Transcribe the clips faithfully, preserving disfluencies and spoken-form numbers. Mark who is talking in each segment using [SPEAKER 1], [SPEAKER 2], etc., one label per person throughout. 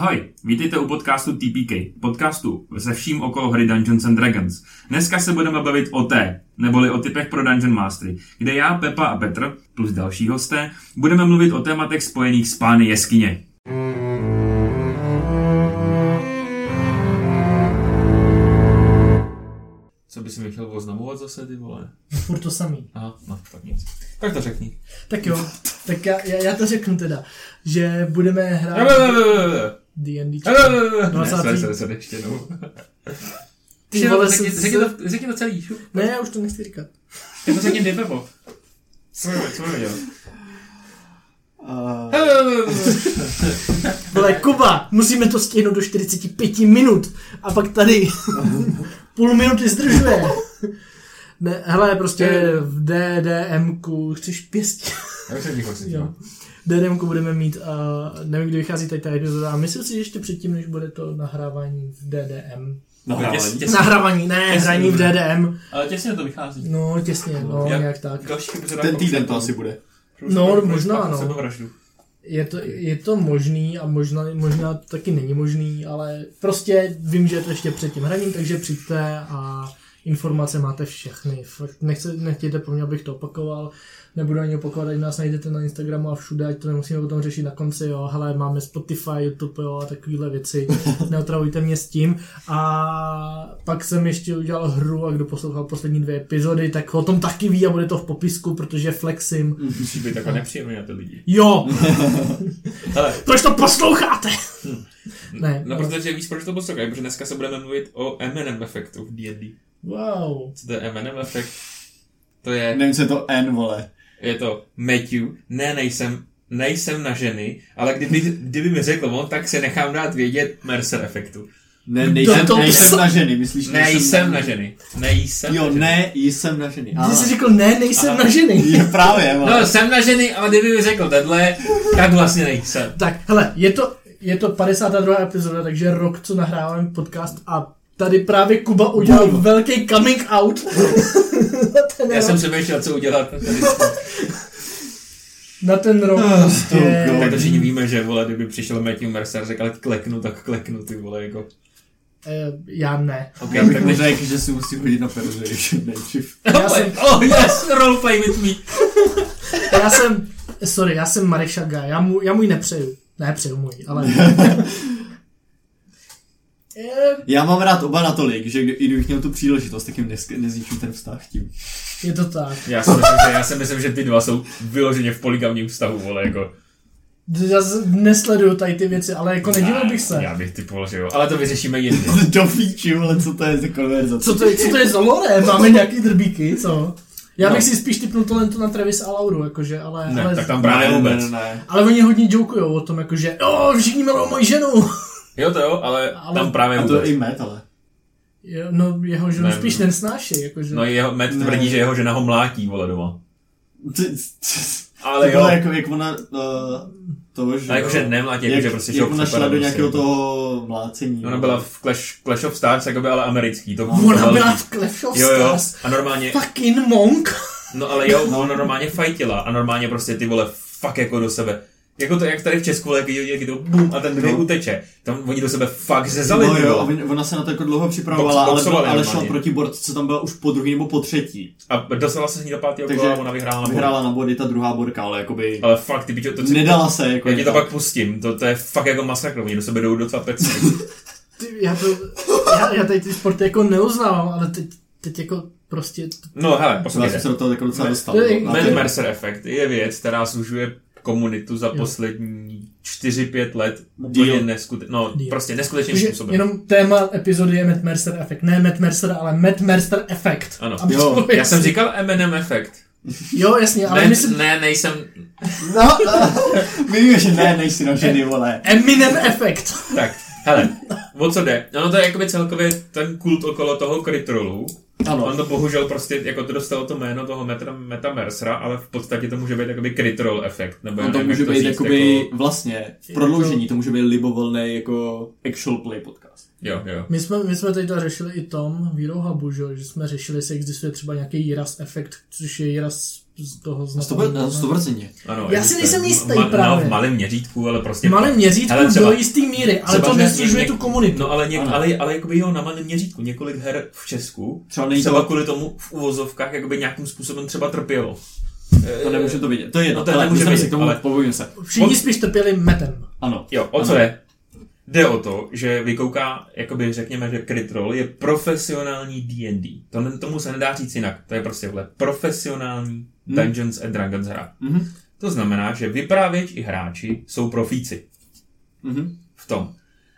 [SPEAKER 1] Ahoj, vítejte u podcastu T P K, podcastu se vším okolo hry Dungeons and Dragons. Dneska se budeme bavit o té, neboli o typech pro Dungeon Mastery, kde já, Pepa a Petr, plus další hosté, budeme mluvit o tématech spojených s pány jeskyně. Co bys mi chtěl oznamovat zase, ty vole?
[SPEAKER 2] No, furt to samý.
[SPEAKER 1] Aha, no, tak nic. Tak to řekni.
[SPEAKER 2] Tak jo, tak já, já, já to řeknu teda, že budeme hrát D and D.
[SPEAKER 1] Ne, své se se ještě jednou.
[SPEAKER 2] Ty vole,
[SPEAKER 1] řekni, řekni, to, řekni to celý. Šup.
[SPEAKER 2] Ne, já už to nechci říkat.
[SPEAKER 1] Ty to řekni ty, Pepo. Co budeme dělat?
[SPEAKER 2] Uh... Vole, Kuba, musíme to stihnout do čtyřicet pět minut a pak tady půl minuty zdržuje. Ne, hele, prostě v DDMku chceš pěstit.
[SPEAKER 1] Já bych se díval si tím.
[SPEAKER 2] DDMku budeme mít, uh, nevím, kdy vychází tady ta epizoda, a myslím si, že ještě předtím, než bude to nahrávání v D D M.
[SPEAKER 1] Nahrávání, těsně.
[SPEAKER 2] Nahrávání, ne, těsně hraní v D D M.
[SPEAKER 3] Ale těsně to vychází.
[SPEAKER 2] No, těsně, no,
[SPEAKER 3] Jak,
[SPEAKER 2] nějak tak.
[SPEAKER 3] Ten týden to asi bude.
[SPEAKER 2] No, možná, no. Je to, je to možný a možná, možná to taky není možný, ale prostě vím, že je to ještě před tím hraním, takže přijďte a informace máte všechny. Fakt nechce, nechtějte po mně, abych to opakoval. Nebudu ani opakovat, ať nás najdete na Instagramu a všude, ať to nemusíme potom řešit na konci, jo. Hele, máme Spotify, YouTube, jo, a takovýhle věci. Neotravujte mě s tím. A pak jsem ještě udělal hru, a kdo poslouchal poslední dvě epizody, tak o tom taky ví a bude to v popisku, protože flexím.
[SPEAKER 1] Musí být takové nepříjemné na ty lidi.
[SPEAKER 2] Jo!
[SPEAKER 1] Hele.
[SPEAKER 2] Proč to posloucháte?
[SPEAKER 1] Hm.
[SPEAKER 2] Ne.
[SPEAKER 1] No, protože víš, proč to poslouchají, protože dneska se budeme mluvit o M and M efektu v D and D.
[SPEAKER 2] Wow.
[SPEAKER 1] Co to je M and M efekt? To je...
[SPEAKER 3] Nevím, co je to N, vole.
[SPEAKER 1] Je to Matthew, ne, nejsem, nejsem na ženy, ale kdyby, kdyby mi řekl on, tak se nechám dát vědět Mercer efektu.
[SPEAKER 3] Ne, nejsem, nejsem na ženy, myslíš?
[SPEAKER 1] Nejsem na, na ženy. Nejsem
[SPEAKER 3] jo,
[SPEAKER 1] na ženy.
[SPEAKER 3] ne, jsem na ženy.
[SPEAKER 2] Ty jsi řekl, ne, nejsem Aha. na ženy.
[SPEAKER 3] Je právě, vole.
[SPEAKER 1] No, jsem na ženy, ale kdyby mi řekl tohle, tak vlastně nejsem.
[SPEAKER 2] Tak, hele, je to, je to padesátá druhá epizoda, takže rok, co nahráváme podcast a tady právě Kuba udělal uh. velký coming out.
[SPEAKER 1] Já rok. jsem přemýšlel, co udělat.
[SPEAKER 2] Na ten rok prostě...
[SPEAKER 1] Oh, tak to všichni víme, že, vole, kdyby přišel Matthew Mercer a řekl, kleknu, tak kleknu, ty vole, jako...
[SPEAKER 2] E, já ne.
[SPEAKER 3] Okay, já bych mu řekl, že si musí hodit na persuasion nejdřív.
[SPEAKER 2] Já jsem...
[SPEAKER 1] Oh yes, roleplay with me.
[SPEAKER 2] Já jsem... Sorry, já jsem Marek Šaga, já, mu, já můj nepřeju. Ne, přeju můj, ale...
[SPEAKER 3] Já mám rád oba natolik, že i kdybych měl tu příležitost, tak jim nezničím ten vztah tím.
[SPEAKER 2] Je to tak.
[SPEAKER 1] Já si myslím, že, já si myslím, že ty dva jsou vyloženě v polygamním vztahu, vole, jako...
[SPEAKER 2] Já nesleduju tady ty věci, ale jako nedivil bych se.
[SPEAKER 1] Já bych typoval, že jo, ale to vyřešíme jindy.
[SPEAKER 3] Do fíči, ale co to je za konverzace?
[SPEAKER 2] Co to je, co to je za lore? Máme nějaký drbíky, co? Já bych no. si spíš typnul tohle na Travis a Lauru, jakože, ale...
[SPEAKER 1] Ne,
[SPEAKER 2] ale
[SPEAKER 1] tak tam právě vůbec. Ne, ne.
[SPEAKER 2] Ale oni hodně jokujou o tom, jakože, jo, všichni milují moji ženu.
[SPEAKER 1] Jo to jo, ale, ale tam právě
[SPEAKER 3] vůbec. A to je i Matt, ale...
[SPEAKER 2] Jo, no, jeho ženu ne, spíš nesnáší, jakože...
[SPEAKER 1] No, jeho, Matt ne. tvrdí, že jeho žena ho mlátí, vole, doma.
[SPEAKER 3] Ale to jo. Jako, jak ona... Uh, to, že...
[SPEAKER 1] Ale jakože nemlátí, jakože prostě šok.
[SPEAKER 3] Jak ona šla do nějakého toho mlácení.
[SPEAKER 1] Ona byla v Clash, Clash of Stars, jakoby, ale americký. To
[SPEAKER 2] ona byla velký. v Clash of
[SPEAKER 1] jo, jo.
[SPEAKER 2] Stars?
[SPEAKER 1] A normálně...
[SPEAKER 2] Fucking monk!
[SPEAKER 1] No ale jo, ona normálně fajtila a normálně prostě ty vole fakt jako do sebe. Jako to, jak tady v Česku, jak, jak to bum a ten druhý no. uteče. Tam oni do sebe fakt zezali.
[SPEAKER 3] No jo, ona se na to jako dlouho připravovala, Box, ale, ale šla proti borce, tam byla už po druhý nebo po třetí.
[SPEAKER 1] A dostala se z ní do pátého kola a ona vyhrála na body.
[SPEAKER 3] Vyhrála na body ta druhá borka, ale jakoby...
[SPEAKER 1] Ale fakt, ty pičo, to...
[SPEAKER 3] Nedala se, jako...
[SPEAKER 1] Já ti to pak pustím, to, to je fakt jako masakr, oni do sebe jdou docela peci.
[SPEAKER 2] já to... Já, já tady ty sporty jako neuznávám, ale teď, teď jako... Prostě...
[SPEAKER 1] No hele, poslouchejte.
[SPEAKER 3] Já jsem se do toho jako docela dostal.
[SPEAKER 1] Matt Mercer efekt je věc, která služuje komunitu za jo. poslední čtyři pět let úplně neskutečně, no Deal. prostě neskutečným způsobem.
[SPEAKER 2] Jenom téma epizody je Matt Mercer efekt. Ne Matt Mercer, ale Matt Mercer efekt.
[SPEAKER 1] Ano. Jo. Já jsem říkal M and M efekt.
[SPEAKER 2] Jo, jasně, ale
[SPEAKER 1] ne,
[SPEAKER 2] myslím...
[SPEAKER 1] Ne, nejsem...
[SPEAKER 3] No, no. My víme, že ne, nejsi na ženy, vole.
[SPEAKER 2] Eminem efekt.
[SPEAKER 1] Tak, hele, o co jde? Ono to je jakoby celkově ten kult okolo toho Critrolu. Ano. On to bohužel prostě, jako to dostalo to jméno toho Meta, Meta Mercera, ale v podstatě to může být jakoby Critrol efekt. Nebo
[SPEAKER 3] no to
[SPEAKER 1] nevím,
[SPEAKER 3] může
[SPEAKER 1] to
[SPEAKER 3] být
[SPEAKER 1] říct,
[SPEAKER 3] jakoby
[SPEAKER 1] jako...
[SPEAKER 3] vlastně v prodloužení, to může být libovolný jako actual play podcast.
[SPEAKER 1] Jo, jo.
[SPEAKER 2] My jsme, my jsme teď řešili i Tom v Hero Hubu, že jsme řešili, jestli existuje třeba nějaký Jiras efekt, což je Jiras z toho
[SPEAKER 3] sto procent.
[SPEAKER 1] Ano,
[SPEAKER 2] já si nejsem jistý
[SPEAKER 1] ma,
[SPEAKER 2] právě.
[SPEAKER 1] No, v malém měřítku, ale prostě...
[SPEAKER 2] V malém měřítku třeba, do jistý míry, ale to neslužuje tu komunitu.
[SPEAKER 1] No ale, něk, ale, ale jakoby jo, na malém měřítku. Několik her v Česku třeba, třeba to... kvůli tomu v uvozovkách jakoby nějakým způsobem třeba trpělo.
[SPEAKER 3] To nemůže to vidět. To je jedno,
[SPEAKER 1] no, to nemůže vidět,
[SPEAKER 3] k tomu, ale... povojím se.
[SPEAKER 2] Všichni Od... spíš trpěli metem.
[SPEAKER 3] Ano.
[SPEAKER 1] Jo, o co je? Jde o to, že vykouká, jakoby řekněme, že Crit Role je profesionální D and D. To, tomu se nedá říct jinak. To je prostě vle profesionální hmm. Dungeons and Dragons hra. Hmm. To znamená, že vypravěč i hráči jsou profíci. Hmm. V tom.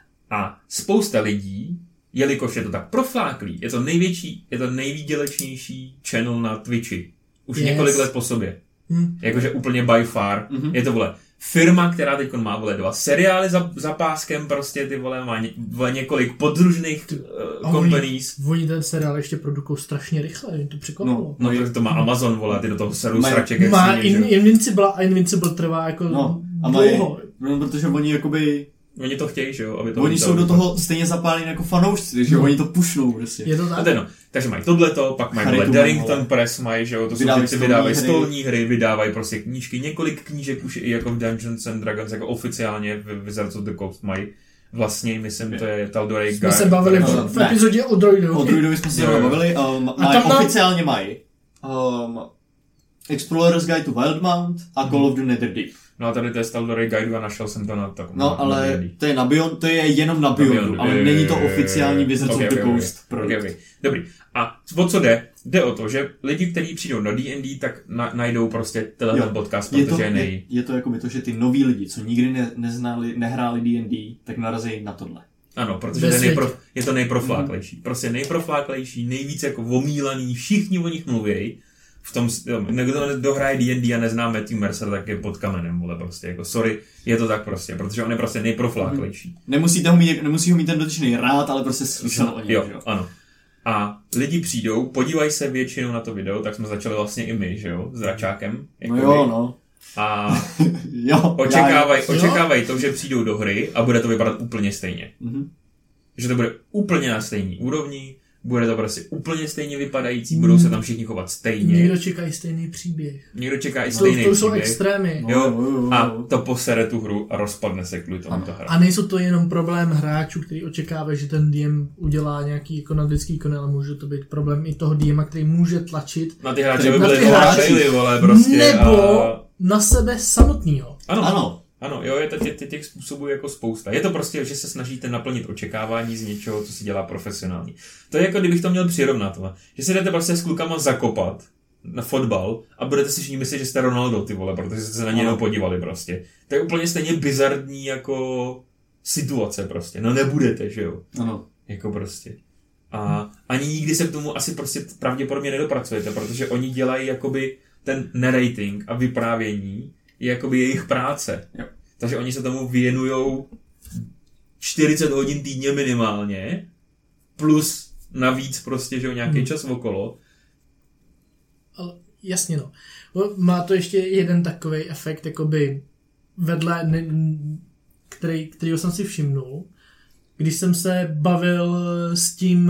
[SPEAKER 1] A spousta lidí, jelikož je to tak profláklý, je to největší, je to nejvýdělečnější channel na Twitchi. Už yes. několik let po sobě. Hmm. Jakože úplně by far. Hmm. Je to vole firma, která teď má vole dva seriály za, za páskem, prostě ty vole má ně, vole několik podružných uh, companies.
[SPEAKER 2] Oni, oni ten seriál ještě produkují strašně rychle, jim to překvapilo.
[SPEAKER 1] No, no to, to má Amazon, vole, ty do toho serou sraček.
[SPEAKER 2] Jak má in, Invincible a Invincible trvá jako no, dlouho.
[SPEAKER 3] No, protože oni jakoby...
[SPEAKER 1] Oni to chtějí, že jo? Aby to
[SPEAKER 3] oni jsou do toho stejně zapálení jako fanoušci, takže no. oni to pušnou prostě.
[SPEAKER 2] Je to tak?
[SPEAKER 1] No, takže mají tohleto, pak mají vole Darrington Press, mají, že jo? To vydávají jsou ty, vydávají stolní hry, vydávají prostě knížky, několik knížek už i jako v Dungeons and Dragons, jako oficiálně v Wizards of the Coast mají. Vlastně, myslím, to je Tal'Dorei Guide.
[SPEAKER 2] Jsme se bavili v, v epizodě o Droidovi.
[SPEAKER 3] O Droidovi jsme se bavili. Um, maj, tam oficiálně mají um, Explorer's Guide to Wildmount a Call of the Netherdeep.
[SPEAKER 1] No a tady to je Tal'Dorei Guide a našel jsem to na takovém.
[SPEAKER 3] No ale na to je na Beyond, to je jenom na Beyondu, ale je, není to oficiální Wizards
[SPEAKER 1] okay,
[SPEAKER 3] of the
[SPEAKER 1] okay,
[SPEAKER 3] Coast
[SPEAKER 1] okay, produkt. Okay, okay. Dobrý. A o co jde? Jde o to, že lidi, kteří přijdou na D and D, tak na, najdou prostě tenhle podcast, protože je to, je nej...
[SPEAKER 3] Je, je to jako by to, že ty noví lidi, co nikdy ne, neznali, nehráli D and D, tak narazí na tohle.
[SPEAKER 1] Ano, protože je, nejpro, je to nejprofláklejší. Mm. Prostě nejprofláklejší, nejvíc jako omílaný, všichni o nich mluví. V tom, kdo dohraje D and D a nezná Matthew Mercer, tak je pod kamenem, vole, prostě, jako sorry, je to tak prostě, protože on je prostě nejprofláklejší.
[SPEAKER 3] Nemusíte ho mít, nemusí ho mít ten dotyčný rád, ale prostě slyšel o něm,
[SPEAKER 1] jo, jo, ano. A lidi přijdou, podívají se většinou na to video, tak jsme začali vlastně i my, že jo, s Račákem.
[SPEAKER 3] No jo, no.
[SPEAKER 1] A
[SPEAKER 3] jo,
[SPEAKER 1] očekávají očekávaj to, že přijdou do hry a bude to vypadat úplně stejně. Mm-hmm. Že to bude úplně na stejný úrovni, bude to prostě úplně stejně vypadající, budou se tam všichni chovat stejně.
[SPEAKER 2] Někdo čeká i stejný příběh.
[SPEAKER 1] Někdo čeká i
[SPEAKER 2] to,
[SPEAKER 1] stejný
[SPEAKER 2] to
[SPEAKER 1] příběh.
[SPEAKER 2] To jsou extrémy.
[SPEAKER 1] Jo, a to posere tu hru a rozpadne se kvůli tomu ta hra.
[SPEAKER 2] A nejsou to jenom problém hráčů, který očekávají, že ten D M udělá nějaký jako nadlidský výkon, ale může to být problém i toho D M, který může tlačit.
[SPEAKER 1] Na ty hráče by byly hráči, vole, prostě.
[SPEAKER 2] Nebo
[SPEAKER 1] a...
[SPEAKER 2] na sebe samotného.
[SPEAKER 1] Ano, ano. Ano, jo, je to těch, těch způsobů jako spousta. Je to prostě, že se snažíte naplnit očekávání z něčeho, co se dělá profesionálně. To je jako, kdybych to měl přirovnat, že se jdete prostě s klukama zakopat na fotbal a budete si všichni myslet, že jste Ronaldo, ty vole, protože jste se na něj podívali prostě. To je úplně stejně bizarní jako situace prostě. No nebudete, že jo?
[SPEAKER 3] Ano.
[SPEAKER 1] Jako prostě. A ani nikdy se k tomu asi prostě pravděpodobně nedopracujete, protože oni dělají jakoby ten narrating a vyprávění je jakoby jejich práce.
[SPEAKER 3] Jo.
[SPEAKER 1] Takže oni se tomu věnujou čtyřicet hodin týdně minimálně, plus navíc prostě, že o nějaký hmm. čas okolo.
[SPEAKER 2] Ale jasně no. Má to ještě jeden takový efekt, jakoby vedle, ne, který, kterýho jsem si všimnul, když jsem se bavil s tím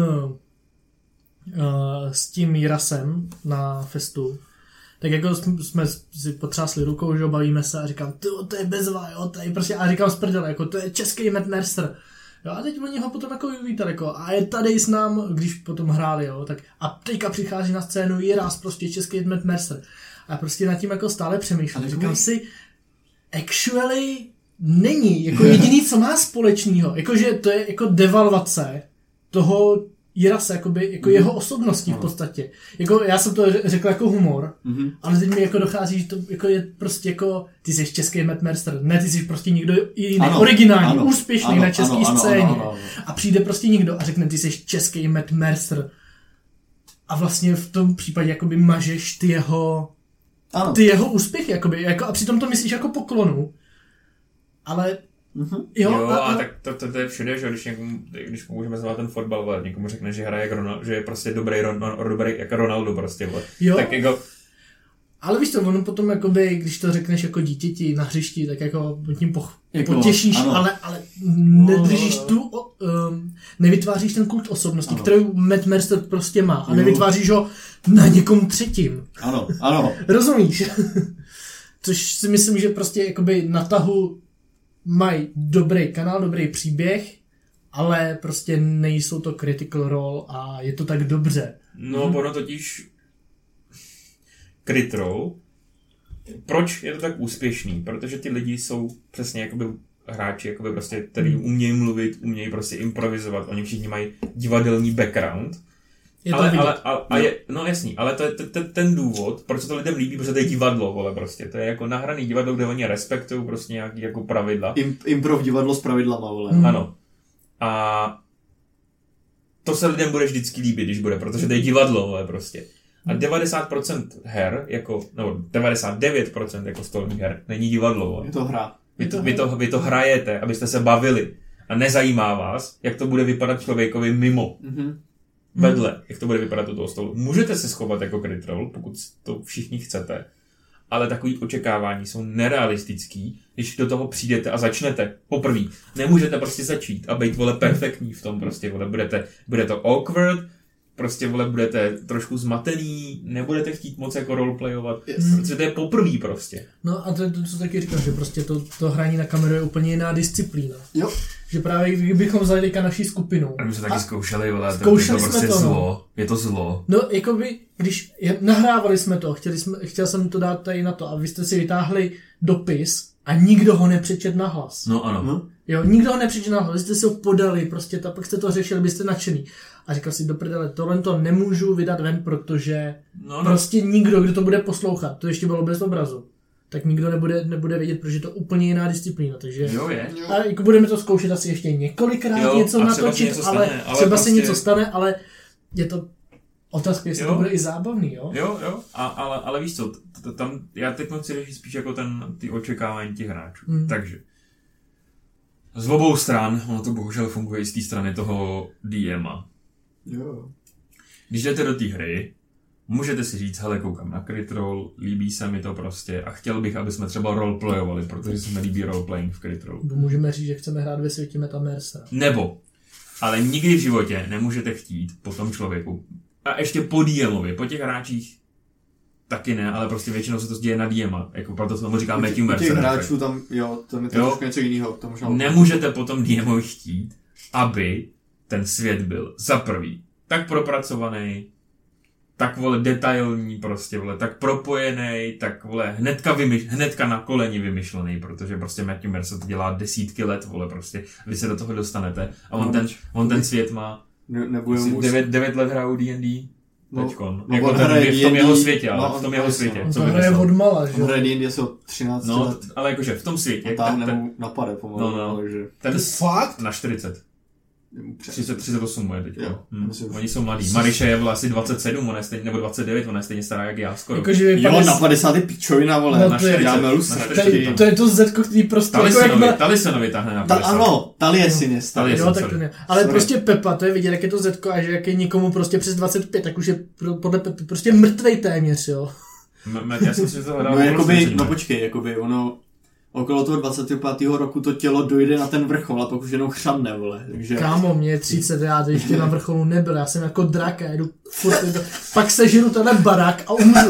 [SPEAKER 2] uh, s tím Jirasem na festu, tak jako jsme si potřásli rukou, že bavíme se a říkám, to je bezva, jo, to je prostě, a říkám z prdele, jako to je český Matt Mercer. Jo, a teď oni ho potom jako vítali, jako, a je tady s nám, když potom hráli, jo, tak a teďka přichází na scénu Jiras, prostě český Matt Mercer. A prostě nad tím jako stále přemýšlím. Říkám by... si, actually není, jako jediný, co má společného, jakože to je jako devalvace toho Jirase, jakoby, jako mm. jeho osobností v podstatě. Jako, já jsem to řekl jako humor, mm-hmm. ale teď mi jako dochází, že to jako je prostě jako, ty jsi český Matt Mercer, ne, ty jsi prostě někdo jiný, ano, originální, ano, úspěšný ano, na české ano, scéně. Ano, ano, ano. A přijde prostě někdo a řekne, ty jsi český Matt Mercer. A vlastně v tom případě jakoby mažeš ty jeho, ano. ty jeho úspěchy, jakoby, jako, a přitom to myslíš jako poklonu. Ale
[SPEAKER 1] Mm-hmm. Jo, jo a, a tak to, to, to je všude, že když někomu, když použijeme znamená ten fotbal, ale někomu řekne, že hraje jak Ronaldo, že je prostě dobrý, dobrý jako Ronaldo prostě,
[SPEAKER 2] jo.
[SPEAKER 1] Tak jako...
[SPEAKER 2] Ale víš to, ono potom jakoby, když to řekneš jako dítěti na hřišti, tak jako tím poch- jako, potěšíš, ale, ale nedržíš tu, um, nevytváříš ten kult osobnosti, kterou Matt Mercer prostě má a nevytváříš ho na někom třetím.
[SPEAKER 3] Ano, ano.
[SPEAKER 2] Rozumíš? Což si myslím, že prostě jakoby na tahu mají dobrý kanál, dobrý příběh, ale prostě nejsou to Critical Role a je to tak dobře.
[SPEAKER 1] No, ono totiž Crit Role, proč je to tak úspěšný? Protože ty lidi jsou přesně jakoby hráči, jakoby prostě, který umějí mluvit, umějí prostě improvizovat, oni všichni mají divadelní background.
[SPEAKER 2] Je
[SPEAKER 1] ale,
[SPEAKER 2] to
[SPEAKER 1] ale, ale, a je, no jasný, ale to je t, t, ten důvod, proč se to lidem líbí, protože to je divadlo, vole, prostě. To je jako nahraný divadlo, kde oni respektují prostě nějaký jako pravidla.
[SPEAKER 3] Im, improv divadlo s pravidlama, vole.
[SPEAKER 1] Hmm. Ano. A to se lidem bude vždycky líbit, když bude, protože to je divadlo, vole, prostě. A devadesát procent her, jako, no devadesát devět procent jako stolních her, není divadlo, vole.
[SPEAKER 3] Je to hra.
[SPEAKER 1] Vy to, vy, to, vy to hrajete, abyste se bavili. A nezajímá vás, jak to bude vypadat člověkovi mimo.
[SPEAKER 3] Mm-hmm.
[SPEAKER 1] Vedle, jak to bude vypadat u toho stolu. Můžete se schovat jako crit roll, pokud to všichni chcete, ale takový očekávání jsou nerealistický, když do toho přijdete a začnete poprvé. Nemůžete prostě začít a být, vole, perfektní v tom prostě, vole, budete, bude to awkward, prostě, vole, budete trošku zmatený, nebudete chtít moc jako roleplayovat, yes. Protože to je poprvé prostě.
[SPEAKER 2] No a to je to, co taky říkám, že prostě to, to hraní na kameru je úplně jiná disciplína.
[SPEAKER 3] Jo.
[SPEAKER 2] Že právě kdybychom vzali ka naší skupinu.
[SPEAKER 1] A my jsme taky zkoušeli, vole,
[SPEAKER 2] zkoušeli
[SPEAKER 1] to je to prostě
[SPEAKER 2] to,
[SPEAKER 1] zlo.
[SPEAKER 2] no.
[SPEAKER 1] Je to zlo.
[SPEAKER 2] No, jakoby, když nahrávali jsme to, chtěli jsme, chtěl jsem to dát tady na to a vy jste si vytáhli dopis a nikdo ho nepřečet na hlas.
[SPEAKER 1] No ano.
[SPEAKER 3] No.
[SPEAKER 2] Jo, nikdo ho nepřečet na hlas, vy jste si ho podali, prostě ta, pak jste to řešili, byste nadšený. A říkal si, do prdele, tohle to nemůžu vydat ven, protože no, no. prostě nikdo, kdo to bude poslouchat, to ještě bylo bez obrazu, tak nikdo nebude, nebude vědět, protože je to úplně jiná disciplína, takže
[SPEAKER 1] jo, je.
[SPEAKER 2] A jako budeme to zkoušet asi ještě několikrát jo, něco natočit, něco ale, stane, ale třeba prostě... se něco stane, ale je to otázka, jestli jo. to bude i zábavný, jo?
[SPEAKER 1] Jo, jo, a, ale, ale víš co, t- t- tam, já teď chci řešit spíš jako ten, ty očekávání těch hráčů, hmm. takže z obou stran, ono to bohužel funguje i z té strany toho D M a.
[SPEAKER 3] Jo.
[SPEAKER 1] Když jdete do té hry, můžete si říct, hele, koukám na crit roll, líbí se mi to prostě a chtěl bych, aby jsme třeba roleplayovali, protože se mi líbí roleplaying v crit rollu.
[SPEAKER 2] Můžeme říct, že chceme hrát ve světě Matta Mercera.
[SPEAKER 1] Nebo, ale nikdy v životě nemůžete chtít po tom člověku, a ještě po D M ovi, po těch hráčích taky ne, ale prostě většinou se to děje na D M a, jako proto se tomu říká Matthew Mercer.
[SPEAKER 3] U těch hráčů tam, jo, tam je to trošku něco jiného. To možná...
[SPEAKER 1] Nemůžete potom D M ovi chtít, aby ten svět byl za prvý tak propracovaný, tak, vole, detailní prostě, vole, tak propojený, tak, vole, hnedka, vymyš, hnedka na koleni vymyšlený, protože prostě Matthew Mercer to dělá desítky let, vole, prostě, vy se do toho dostanete a on, no, ten, on ten svět má
[SPEAKER 3] ne, nebude
[SPEAKER 1] devět, devět let hrál D and D.
[SPEAKER 3] No,
[SPEAKER 1] teďkon. No, jako ten, v tom jeho světě, ale
[SPEAKER 3] no,
[SPEAKER 1] v tom jeho světě.
[SPEAKER 2] On to hraje od mala, že?
[SPEAKER 3] On hraje D and D asi od třináct
[SPEAKER 1] no,
[SPEAKER 3] let.
[SPEAKER 1] Ale jakože v tom světě.
[SPEAKER 3] A tam ten, napade pomalu.
[SPEAKER 1] No, no.
[SPEAKER 3] Takže...
[SPEAKER 1] Ten,
[SPEAKER 2] to fakt?
[SPEAKER 1] Na čtyřicet. třicet, třicet osm je teď. Hm.
[SPEAKER 3] Myslím,
[SPEAKER 1] Oni jsou mladí. Mariše je asi dvacet sedm, ona je stejně, nebo dvacet devět, ona je stejně stará jak já skoro.
[SPEAKER 2] Jako, že
[SPEAKER 3] jo, na padesát je pičovina, vole.
[SPEAKER 2] No,
[SPEAKER 3] na čtyřicet.
[SPEAKER 2] To je to zetko, který prostě...
[SPEAKER 1] Talisenovi, jako Talisenovi tahne na padesát.
[SPEAKER 3] Ano, Taliesin je starý.
[SPEAKER 2] Jo, tak to ne. Ale sorry. Prostě Pepa, to je vidět, jak je to zetko a že jak je nikomu prostě přes dvacet pět, tak už je podle Pepy prostě mrtvej téměř, jo.
[SPEAKER 1] Já jsem si to hledal.
[SPEAKER 3] No, jakoby, no počkej, jakoby ono... Okolo toho dvacátého pátého roku to tělo dojde na ten vrchol a pak už jenom chřadne, vole. Takže...
[SPEAKER 2] Kámo, mě je třicet, já to ještě na vrcholu nebyl, já jsem jako drak a jedu furt, pak sežeru tenhle barák a umřu.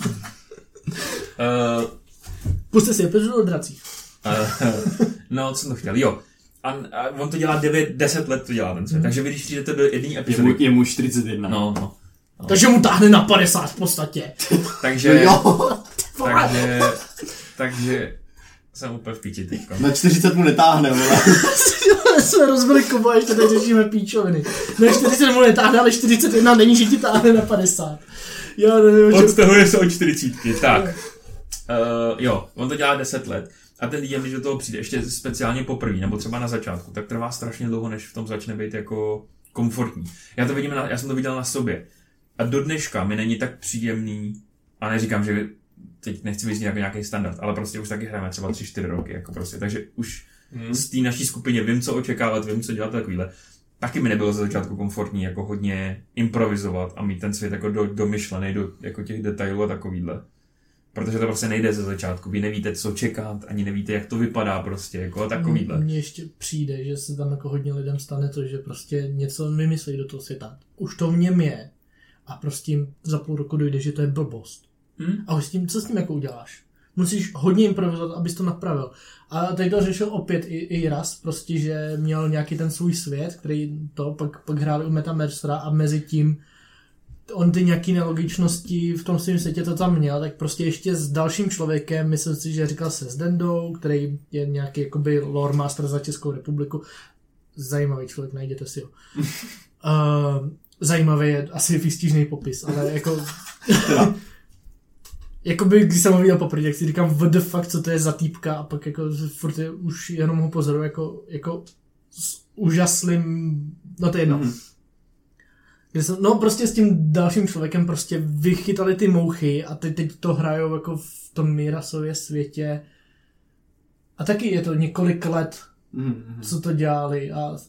[SPEAKER 2] uh, Puste si, protože do drací.
[SPEAKER 1] Uh, no, co jsem to chtěl, jo. A, a on to dělá devět deset let, to dělá ten svět, hmm. takže vy když přijdete do jedné epizody...
[SPEAKER 3] Je mu, je mu čtyřicet jedna.
[SPEAKER 1] No, no. no.
[SPEAKER 2] Takže mu táhne na padesát v podstatě.
[SPEAKER 1] takže...
[SPEAKER 3] jo.
[SPEAKER 1] takže... takže... Jsem úplně v píči teďka.
[SPEAKER 3] Na čtyřicet mu netáhne, vole.
[SPEAKER 2] Jsme rozbili Kubo a ještě tady řešíme píčoviny. Na čtyřicet mu netáhne, ale čtyřicet jedna není, že ti táhne na padesát. Jo, nevím, že...
[SPEAKER 1] Odstahuje se od čtyřicítky, tak. Uh, jo, on to dělá deset let. A ten D M, když do toho přijde, ještě speciálně poprvé, nebo třeba na začátku, tak trvá strašně dlouho, než v tom začne být jako komfortní. Já to vidím, na, já jsem to viděl na sobě. A do dneška mi není tak příjemný, a neříkám, že teď nechci vyznít jako nějaký standard, ale prostě už taky hrajeme třeba tři čtyři roky, jako prostě, takže už hmm. z té naší skupině vím, co očekávat, vím, co dělat takovýhle. Taky mi nebylo za začátku komfortní jako hodně improvizovat a mít ten svět jako do, domyšlený do jako těch detailů a takovýhle. Protože to prostě nejde ze začátku. Vy nevíte, co čekat, ani nevíte, jak to vypadá prostě, jako takovýhle.
[SPEAKER 2] Mně ještě přijde, že se tam jako hodně lidem stane to, že prostě něco vymyslí do toho světa. Už to v něm je. A prostě jim za půl roku dojde, že to je blbost. Hmm? A s tím, co s tím jako uděláš? Musíš hodně improvizovat, abys to napravil. A tady to řešil opět i, i raz, prostě, že měl nějaký ten svůj svět, který to pak, pak hráli u Meta Mercera a mezi tím on ty nějaký nelogičnosti v tom svém světě to tam měl, tak prostě ještě s dalším člověkem, myslím si, že říkal se s Dendou, který je nějaký jakoby lore master za Českou republiku. Zajímavý člověk, najděte si ho. uh, zajímavý je asi výstižný popis, ale jako... Jakoby, když jsem ho viděl poprvé, tak si říkám, what the fuck, co to je za týpka, a pak jako furt je, už jenom ho pozoruju jako, jako s úžaslým, no to je jedno. Mm. Jsem, no prostě s tím dalším člověkem prostě vychytali ty mouchy a teď, teď to hrajou jako v tom Mirasově světě. A taky je to několik let, mm. co to dělali a...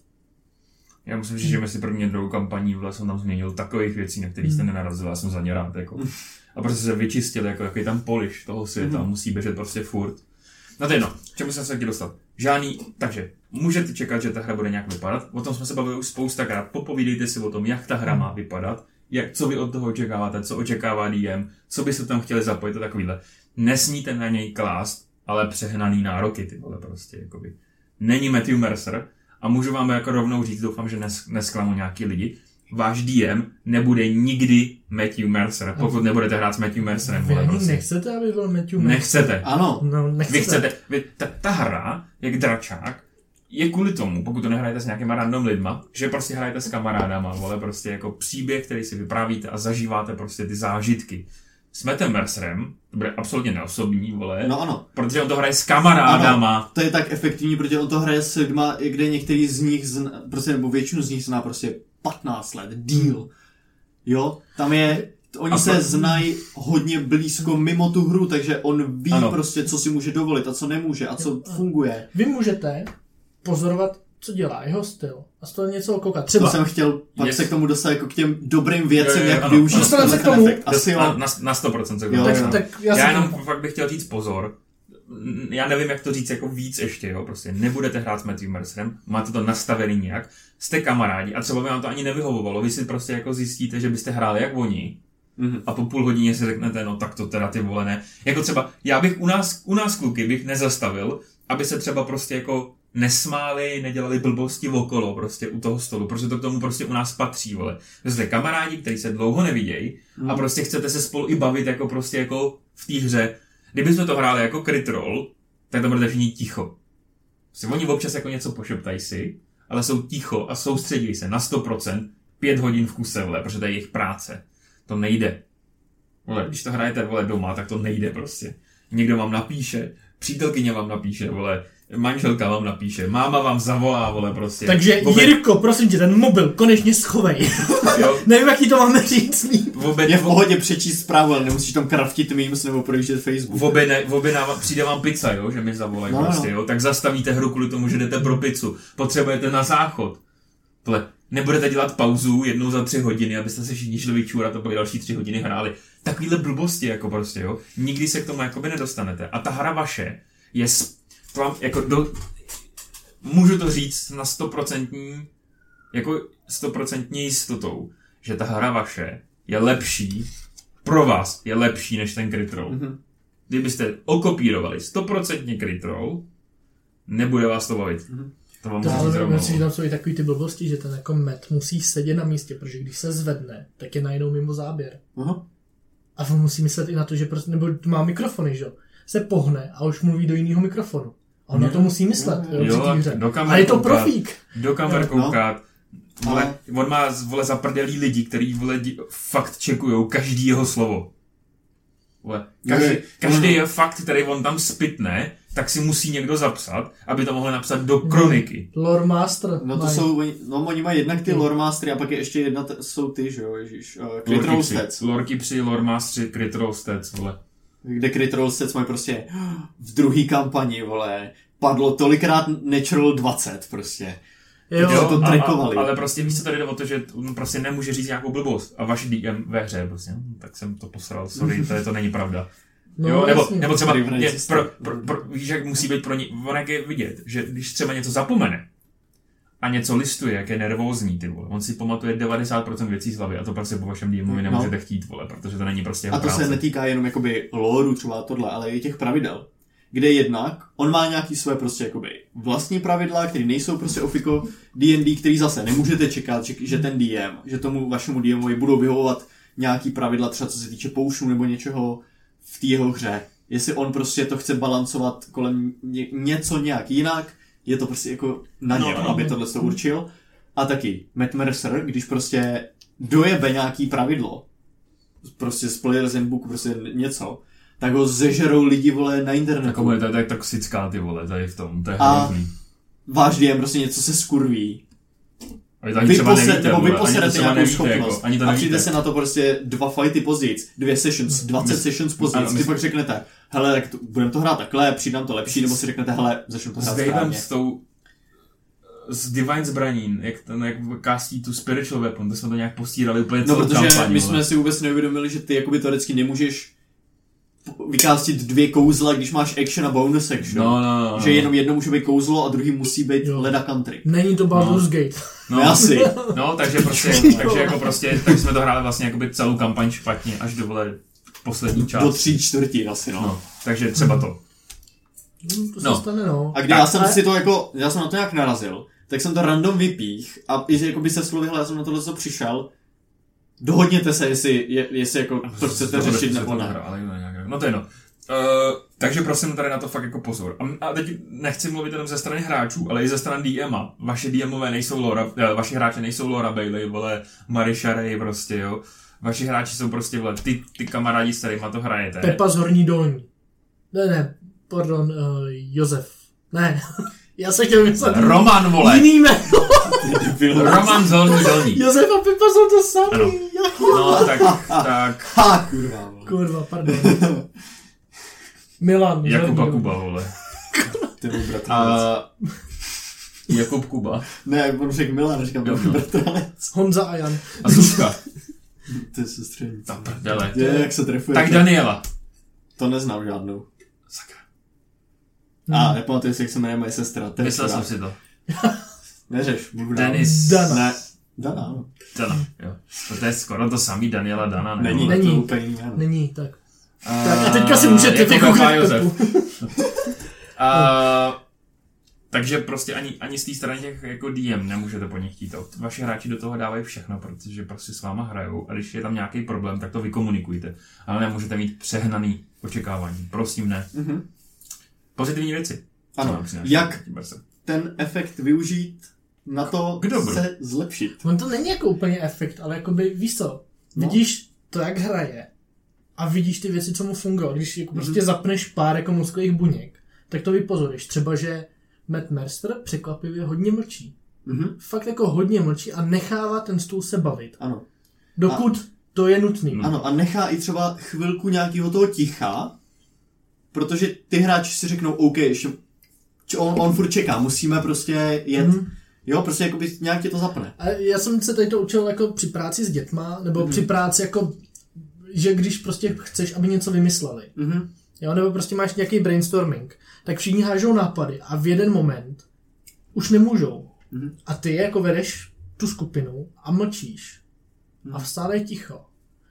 [SPEAKER 1] Já musím říct, že mezi první a druhou kampaní vle jsem tam změnil takových věcí, na kterých jste nenarazil, já jsem za ně rád, jako. A prostě se vyčistil, jako jaký tam polish toho světa, mm. musí běžet prostě furt. No to je jedno, čemu jsem se chtěl dostat. Žádný, takže můžete čekat, že ta hra bude nějak vypadat, o tom jsme se bavili už spoustakrát, popovídejte si o tom, jak ta hra má vypadat, jak, co vy od toho očekáváte, co očekává D M, co byste tam chtěli zapojit a takovýhle. Nesmíte na něj klást, ale přehnaný nároky, ty vole prostě, jakoby. Není Matthew Mercer a můžu vám jako rovnou říct, doufám, že nes, nesklamu nějaký lidi, váš D M nebude nikdy Matthew Mercer, pokud nebudete hrát s Matthew Mercerem.
[SPEAKER 2] Vy ani
[SPEAKER 1] prostě.
[SPEAKER 2] Nechcete, aby byl Matthew Mercer?
[SPEAKER 1] Nechcete.
[SPEAKER 3] Ano.
[SPEAKER 2] No, nechcete.
[SPEAKER 1] Vy chcete. Vy, ta, ta hra, jak dračák, je kvůli tomu, pokud to nehrajete s nějakýma random lidma, že prostě hrajete s kamarádama, vole, prostě jako příběh, který si vyprávíte a zažíváte prostě ty zážitky. S Mattem Mercerem, to bude absolutně neosobní, vole,
[SPEAKER 3] no ano.
[SPEAKER 1] Protože on to hraje s kamarádama.
[SPEAKER 3] Ano, to je tak efektivní, protože on to hraje s lidma, kde některý z nich, zna, prostě, nebo většinu z nich zná prostě patnáct let, díl. Jo, tam je, oni a se pro... znají hodně blízko mimo tu hru, takže on ví ano. prostě, co si může dovolit a co nemůže a co funguje.
[SPEAKER 2] Vy můžete pozorovat, co dělá jeho styl a z toho něco koukat. Třeba.
[SPEAKER 3] To jsem chtěl pak yes. se k tomu dostat jako k těm dobrým věcem, jo, jo, jak
[SPEAKER 1] ano.
[SPEAKER 3] využít
[SPEAKER 2] ten efekt.
[SPEAKER 3] Asi
[SPEAKER 1] na, na, na sto procent.
[SPEAKER 3] Jo,
[SPEAKER 2] tak,
[SPEAKER 3] jo.
[SPEAKER 2] tak já,
[SPEAKER 1] já jenom fakt bych chtěl říct pozor. Já nevím, jak to říct jako víc ještě, jo, prostě nebudete hrát s Matthew Mercerem, máte to nastavený nějak, jste kamarádi a třeba by vám to ani nevyhovovalo, vy si prostě jako zjistíte, že byste hráli jak oni mm-hmm. a po půl hodině si řeknete, no tak to teda ty vole ne. Jako třeba, já bych u nás, u nás kluky bych nezastavil, aby se třeba prostě jako nesmáli, nedělali blbosti okolo prostě u toho stolu, protože to k tomu prostě u nás patří, vole. Vy jste kamarádi, kteří se dlouho nevidějí mm. a prostě chcete se spolu i bavit jako prostě jako v té hře. Kdybychom to hráli jako crit roll, tak to bude všichni ticho. Prostě oni občas jako něco pošeptají si, ale jsou ticho a soustředí se na sto procent pět hodin v kuse, vole, protože to je jejich práce. To nejde. Vole, když to hrajete, vole, doma, tak to nejde prostě. Někdo vám napíše, přítelkyně vám napíše, vole, manželka vám napíše, máma vám zavolá, vole, prostě.
[SPEAKER 2] Takže Vůbec... Jirko, prosím tě, ten mobil konečně schovej. Nevím, jaký to máme říct líp.
[SPEAKER 3] Je v pohodě přečíst zprávu, ale nemusíš tam kraftit memes nebo projíždět Facebook.
[SPEAKER 1] V obě, ne, v obě nám, přijde vám pizza, jo, že mi zavolají no, prostě, jo, tak zastavíte hru kvůli tomu, že jdete pro pizzu. Potřebujete na záchod. Tle, nebudete dělat pauzu jednou za tři hodiny, abyste se všichni šli vyčůrat a pak další tři hodiny hráli. Takovýhle blbosti, jako prostě, jo. Nikdy se k tomu jakoby nedostanete. A ta hra vaše je to vám jako do, můžu to říct na stoprocentní jako stoprocentní jistotou, že ta hra vaše je lepší, pro vás je lepší než ten crit roll. Mm-hmm. Kdybyste okopírovali stoprocentně crit roll, nebude vás to bavit. Mm-hmm. To vám
[SPEAKER 2] to ale myslím, že tam jsou i takový ty blbosti, že ten jako met musí sedět na místě, protože když se zvedne, tak je najednou mimo záběr. Uh-huh. A on musí myslet i na to, že prostě, nebo má mikrofony, že jo, se pohne a už mluví do jiného mikrofonu. A on no. na to musí myslet, jo, jo hře. A je to koukat, profík.
[SPEAKER 1] Do kamer koukat. No. Vole, on má vole zaprdělý lidi, který vole fakt čekujou každý jeho slovo. Vole, každý, každý je fakt, který on tam spitne, tak si musí někdo zapsat, aby to mohl napsat do kroniky.
[SPEAKER 2] Lore Master.
[SPEAKER 3] No to mají. jsou, no oni mají jednak ty Lore Mastery a pak je ještě jedna, t- jsou ty, že jo, ježíš, uh, Crit Roll Stats.
[SPEAKER 1] Lorky při Lore Mastery, Crit Roll Stats, vole.
[SPEAKER 3] Kde Crit Roll Stats mají prostě v druhý kampani, vole, padlo tolikrát Natural dvacet prostě.
[SPEAKER 2] Jo,
[SPEAKER 3] jo to trackovali.
[SPEAKER 1] Ale prostě víš, co tady jde o to, že on prostě nemůže říct nějakou blbost a vaš D M ve hře prostě, hm, tak jsem to posral, sorry, to, je, to není pravda. No, jo, nebo, nebo třeba, je, pro, pro, pro, víš, jak musí být pro ně, on jak je vidět, že když třeba něco zapomene a něco listuje, jak je nervózní, ty vole, on si pamatuje devadesát procent věcí z hlavy a to prostě po vašem D M ovi nemůžete no. chtít, vole, protože to není prostě jeho
[SPEAKER 3] A to
[SPEAKER 1] práce.
[SPEAKER 3] se netýká jenom jakoby lóru třeba tohle, ale i těch pravidel. Kde jednak, on má nějaký své prostě jakoby vlastní pravidla, které nejsou prostě ofiko D and D, který zase nemůžete čekat, že ten D M, že tomu vašemu D M ovi budou vyhovovat nějaký pravidla, třeba co se týče poušů nebo něčeho v té jeho hře. Jestli on prostě to chce balancovat kolem ně, něco nějak jinak, je to prostě jako na něm, no, no, aby tohle to určil. A taky Matt Mercer, když prostě dojebe nějaký pravidlo, prostě z Player's Handbook, prostě něco, tak ho zežerou lidi, vole, na internetu.
[SPEAKER 1] Tak je to tak toxická, ty vole, tady v tom, to je
[SPEAKER 3] a
[SPEAKER 1] hrozný.
[SPEAKER 3] Váš D M prostě něco se skurví.
[SPEAKER 1] Vy poserete,
[SPEAKER 3] nebo vy poserete nějakou
[SPEAKER 1] nevíte,
[SPEAKER 3] schopnost
[SPEAKER 1] jako, ani to
[SPEAKER 3] a přijde se na to prostě dva fighty později, dvě sessions, dvacet my, sessions později, ty pak řeknete, hele, tak to, budeme to hrát takhle, přidám to lepší, nebo si řeknete, hele, začnu to hrát správně.
[SPEAKER 1] S tou s Divine zbraní, jak, ten, jak kástí tu Spiritual Weapon, to jsme to nějak postírali úplně celou kampaň. No, protože
[SPEAKER 3] my jsme si vůbec neuvědomili, že ty jakoby teoreticky nemůžeš vykástit dvě kouzla, když máš action a bonus action.
[SPEAKER 1] No, no, no,
[SPEAKER 3] že jenom jedno může být kouzlo a druhý musí být jo. Leda country.
[SPEAKER 2] Není to Baldur's no. Gate.
[SPEAKER 1] No,
[SPEAKER 3] asi.
[SPEAKER 1] No, takže prostě, takže jako prostě, tak jsme to hráli vlastně jakoby celou kampaň špatně, až do vole poslední část.
[SPEAKER 3] Do tří čtvrtí asi, no.
[SPEAKER 1] no. Takže třeba to.
[SPEAKER 2] Hmm, to se no. stane, no.
[SPEAKER 3] A když já jsem ale... si to jako, já jsem na to nějak narazil, tak jsem to random vypích a jakoby se slovy, hele, já jsem na tohle co přišel, dohodněte se, jestli, je, jestli jako to chcete řešit nebo ne.
[SPEAKER 1] No to je no. Uh, takže prosím tady na to fakt jako pozor. A, a teď nechci mluvit jenom ze strany hráčů, ale i ze strany D M a. Vaše D Mové nejsou Laura, uh, vaši hráči nejsou Laura Bailey, vole, Mary Sharey prostě, jo. Vaši hráči jsou prostě, vole, ty, ty kamarádi, s kterýma to hrajete.
[SPEAKER 2] Pepa z Horní Dolní. Ne, ne, pardon, uh, Josef. Ne, já se chtěl myslet.
[SPEAKER 1] Roman, vole.
[SPEAKER 2] Jiný jméno.
[SPEAKER 1] Roman z Horní Dolní.
[SPEAKER 2] Josef a Pepa jsou to samý.
[SPEAKER 1] No, tak, tak.
[SPEAKER 3] Ha, kurva, vole.
[SPEAKER 2] Kurva, pardon. Milan.
[SPEAKER 1] Jakub a Kuba, vole.
[SPEAKER 3] Ty můj bratranec.
[SPEAKER 1] A... Jakub Kuba.
[SPEAKER 3] Ne, on řekl Milan, říkám můj bratranec.
[SPEAKER 2] Honza a Jan.
[SPEAKER 1] A Zuzka.
[SPEAKER 3] Ty sestřenice.
[SPEAKER 1] Tam prdele.
[SPEAKER 3] Je, jak se trefuje.
[SPEAKER 1] Tak Daniela.
[SPEAKER 3] To neznám žádnou.
[SPEAKER 1] Sakra.
[SPEAKER 3] A nepamatuji si, jak se jmenuje moje sestra.
[SPEAKER 1] Myslel jsem si to.
[SPEAKER 3] Neřeš.
[SPEAKER 1] Denis.
[SPEAKER 2] Dana.
[SPEAKER 3] Ne. Dana, ano.
[SPEAKER 1] Dana, jo. To je skoro to samý, Daniela Dana. Ne?
[SPEAKER 3] Není,
[SPEAKER 2] není.
[SPEAKER 3] To úplně jméno.
[SPEAKER 2] Není, tak.
[SPEAKER 1] Uh,
[SPEAKER 2] tak a teďka si můžete vykouknout Pepu.
[SPEAKER 1] uh, takže prostě ani, ani z té strany těch jako D M nemůžete po nich chtít. Vaši hráči do toho dávají všechno, protože prostě s váma hrajou a když je tam nějaký problém, tak to vykomunikujte. Ale nemůžete mít přehnaný očekávání. Prosím, ne.
[SPEAKER 3] Mm-hmm.
[SPEAKER 1] Pozitivní věci.
[SPEAKER 3] Ano, jak ten efekt využít na to Kdo se zlepšit.
[SPEAKER 2] On to není jako úplně efekt, ale jakoby, víš co, no. Vidíš to, jak hraje a vidíš ty věci, co mu fungují. Když jako mm-hmm. prostě zapneš pár jako mozkových buněk, tak to vypozoruješ. Třeba, že Matt Mercer překvapivě hodně mlčí.
[SPEAKER 3] Mm-hmm.
[SPEAKER 2] Fakt jako hodně mlčí a nechává ten stůl se bavit.
[SPEAKER 3] Ano.
[SPEAKER 2] Dokud a... to je nutný.
[SPEAKER 3] Ano, a nechá i třeba chvilku nějakého toho ticha, protože ty hráči si řeknou, OK, ještě on, on furt čeká, musíme prostě jet. Mm. Jo, prostě jakoby nějak tě to zapne.
[SPEAKER 2] A já jsem se tady to učil jako při práci s dětma, nebo mm. při práci jako, že když prostě chceš, aby něco vymysleli.
[SPEAKER 3] Mm.
[SPEAKER 2] Jo, nebo prostě máš nějaký brainstorming, tak všichni hážou nápady a v jeden moment už nemůžou.
[SPEAKER 3] Mm.
[SPEAKER 2] A ty jako vedeš tu skupinu a mlčíš.
[SPEAKER 3] Mm.
[SPEAKER 2] A vstále je ticho.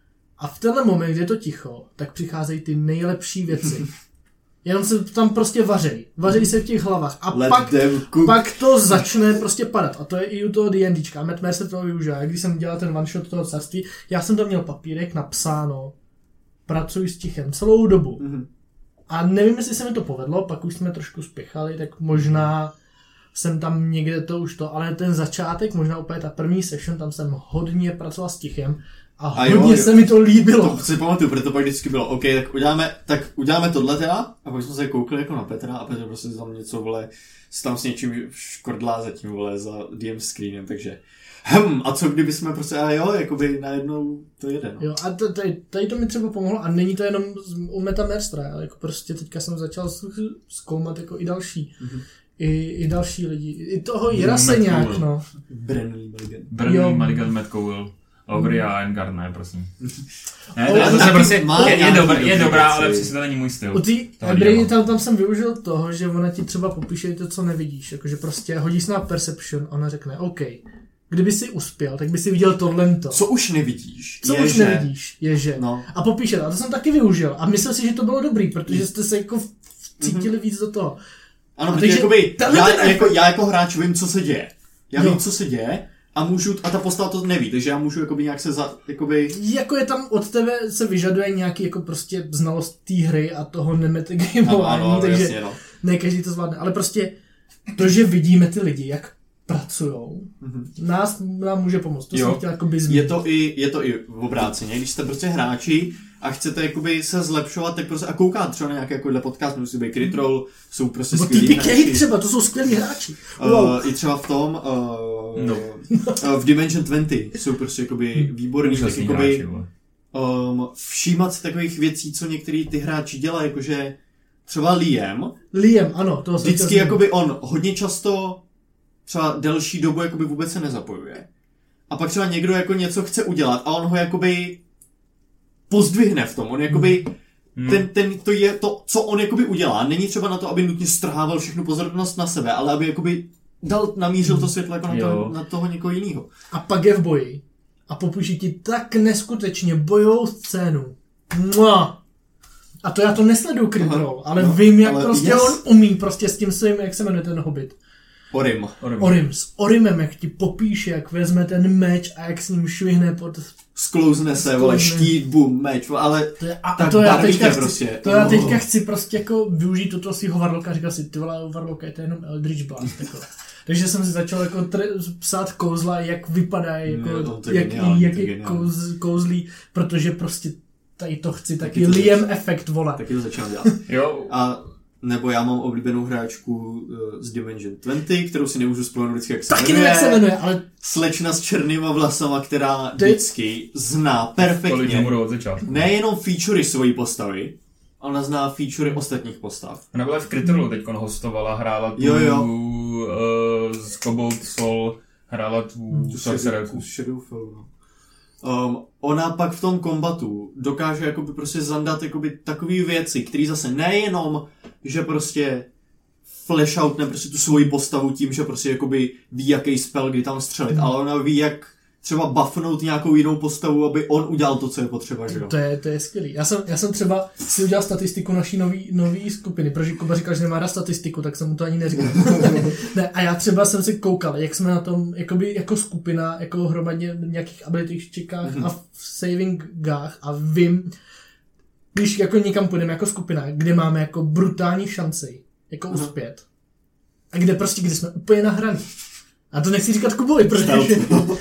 [SPEAKER 2] A v tenhle moment, kdy je to ticho, tak přicházejí ty nejlepší věci. Jenom se tam prostě vařej. Vařej se v těch hlavách. A pak, pak to začne prostě padat. A to je i u toho D&Dčka. Matt Mercer to využívá. Když jsem dělal ten one shot toho carství, já jsem tam měl papírek napsáno pracuji s tichem celou dobu.
[SPEAKER 3] Mm-hmm.
[SPEAKER 2] A nevím, jestli se mi to povedlo, pak už jsme trošku spěchali, tak možná jsem tam někde to už to, ale ten začátek, možná úplně ta první session, tam jsem hodně pracoval s tichem a, a hodně jo, se mi to líbilo.
[SPEAKER 3] To si pamatuju, protože to pak vždycky bylo, OK, tak uděláme, tak uděláme tohle teda, a pak jsme se koukli jako na Petra a Petr prostě tam něco, vole, tam s něčím škordlá zatím, vole, za D M screenem, takže hm, a co kdyby jsme prostě, ale jo, jakoby najednou to jede, no.
[SPEAKER 2] Jo, a t- tady, tady to mi třeba pomohlo a není to jenom u Meta Mercera, ale jako prostě teďka jsem začal zkoumat jako i další. Mm-hmm. I, I další lidi. I toho Jira se nějak, no.
[SPEAKER 3] Brennan Mulligan.
[SPEAKER 1] Brennan Mulligan, Matt Cowell. Ogry a Engard, ne, prosím. Ne, to, to se prostě, je, je, dobrá, je dobrá, ale přesně to není můj styl.
[SPEAKER 2] U té Ebry tam, tam jsem využil toho, že ona ti třeba popíše to, co nevidíš. Jakože prostě hodíš na perception a ona řekne, OK, kdyby si uspěl, tak by si viděl tohleto.
[SPEAKER 3] Co už nevidíš?
[SPEAKER 2] Co
[SPEAKER 3] je,
[SPEAKER 2] už
[SPEAKER 3] že...
[SPEAKER 2] nevidíš, je že.
[SPEAKER 3] No.
[SPEAKER 2] A popíše to. A to jsem taky využil. A myslel si, že to bylo dobrý, protože jste se jako cítili mm-hmm. víc do toho.
[SPEAKER 3] Ano, protože jakoby, já, jako, já jako hráč vím, co se děje. Já jo. vím, co se děje a můžu, a ta postava to neví, takže já můžu jakoby nějak se za, jakoby...
[SPEAKER 2] Jako je tam od tebe se vyžaduje nějaký jako prostě znalost té hry a toho nemetagamování,
[SPEAKER 3] ano, ano,
[SPEAKER 2] takže
[SPEAKER 3] jasně, no.
[SPEAKER 2] ne každý to zvládne, ale prostě to, že vidíme ty lidi, jak pracujou, mm-hmm. nás nám může pomoct. To
[SPEAKER 3] jo.
[SPEAKER 2] jsem chtěl jakoby zmínit.
[SPEAKER 3] Je to i, je to i v obráceně, když jste prostě hráči a chcete jakoby se zlepšovat, tak prostě a koukat třeba na nějaké takovýhle podcast, musí být Critrol, jsou prostě skvělí hráči.
[SPEAKER 2] třeba, to jsou skvělí hráči.
[SPEAKER 3] Wow. Uh, I třeba v tom, uh, no. uh, v Dimension dvacet jsou prostě jakoby výborný, tak jakoby um, všímat si takových věcí, co některý ty hráči dělají, jakože třeba Liam.
[SPEAKER 2] Liam, ano. To
[SPEAKER 3] vždycky jakoby on hodně často třeba delší dobu jakoby vůbec se nezapojuje. A pak třeba někdo jako něco chce udělat a on ho jakoby pozdvihne v tom. On jakoby hmm. ten, ten, to je to, co on jakoby udělá, není třeba na to, aby nutně strhával všechnu pozornost na sebe, ale aby jakoby dal, namířil to světlo jako na, to, na toho někoho jiného.
[SPEAKER 2] A pak je v boji. A popíši ti tak neskutečně bojovou scénu. Mua! A to já to nesleduju Critrol, ale no, vím, jak ale prostě yes. on umí prostě s tím svým, jak se jmenuje ten hobbit.
[SPEAKER 3] Orim.
[SPEAKER 2] Orim. Orim. S Orimem, jak ti popíše, jak vezme ten meč a jak s ním švihne pod...
[SPEAKER 3] Sklouzne se, vole, štít, bum, meč, ale
[SPEAKER 2] to je, a,
[SPEAKER 3] tak
[SPEAKER 2] to já teďka chci,
[SPEAKER 3] prostě.
[SPEAKER 2] To já teďka chci prostě jako využít toto svýho Warlocka a říkal si, ty vole, Warlocka je to jenom Eldritch Blast, jako. Takže jsem si začal jako tr- psát kouzla, jak vypadají, jako, no, jak,
[SPEAKER 3] geniální,
[SPEAKER 2] jak je kouz, kouzlí, protože prostě tady to chci, taky to Liam zač- efekt, vole.
[SPEAKER 3] Taky to začínám dělat. Jo. A nebo já mám oblíbenou hráčku uh, z Dimension dvacet, kterou si nemůžu spomenout vždycky, jak se
[SPEAKER 2] taky
[SPEAKER 3] jmenuje.
[SPEAKER 2] Taky jak se jmenuje, ale...
[SPEAKER 3] Slečna s černýma vlasama, která Ty... vždycky zná perfektně nejenom featurey svojí postavy, ona zná featurey ostatních postav.
[SPEAKER 1] Ona byla v Critrolu, teď hostovala, hrála tu
[SPEAKER 3] jo, jo.
[SPEAKER 1] Uh, z Cobalt Soul, hrála tu,
[SPEAKER 3] hmm, tu
[SPEAKER 1] Sorcererku.
[SPEAKER 3] Shadowfell, no. Um, ona pak v tom kombatu dokáže jakoby prostě zandat jakoby takový věci, který zase nejenom, že prostě flash outne prostě tu svoji postavu tím, že prostě jakoby ví, jaký spell, kdy tam střelit, mm. ale ona ví, jak třeba buffnout nějakou jinou postavu, aby on udělal to, co je potřeba, že jo?
[SPEAKER 2] To je, to je skvělý. Já jsem, já jsem třeba si udělal statistiku naší nový, nový skupiny, protože Kuba říkal, že nemá rád statistiku, tak jsem mu to ani neříkal. Ne, a já třeba jsem si koukal, jak jsme na tom, jakoby, jako skupina, jako hromadně v nějakých abilityčkách mm-hmm. a v savingách a vím, když jako někam půjdeme jako skupina, kde máme jako brutální šanci, jako mm-hmm. uspět. A kde prostě, kde jsme úplně nahraní. A to nechci říkat Kubovi, protože...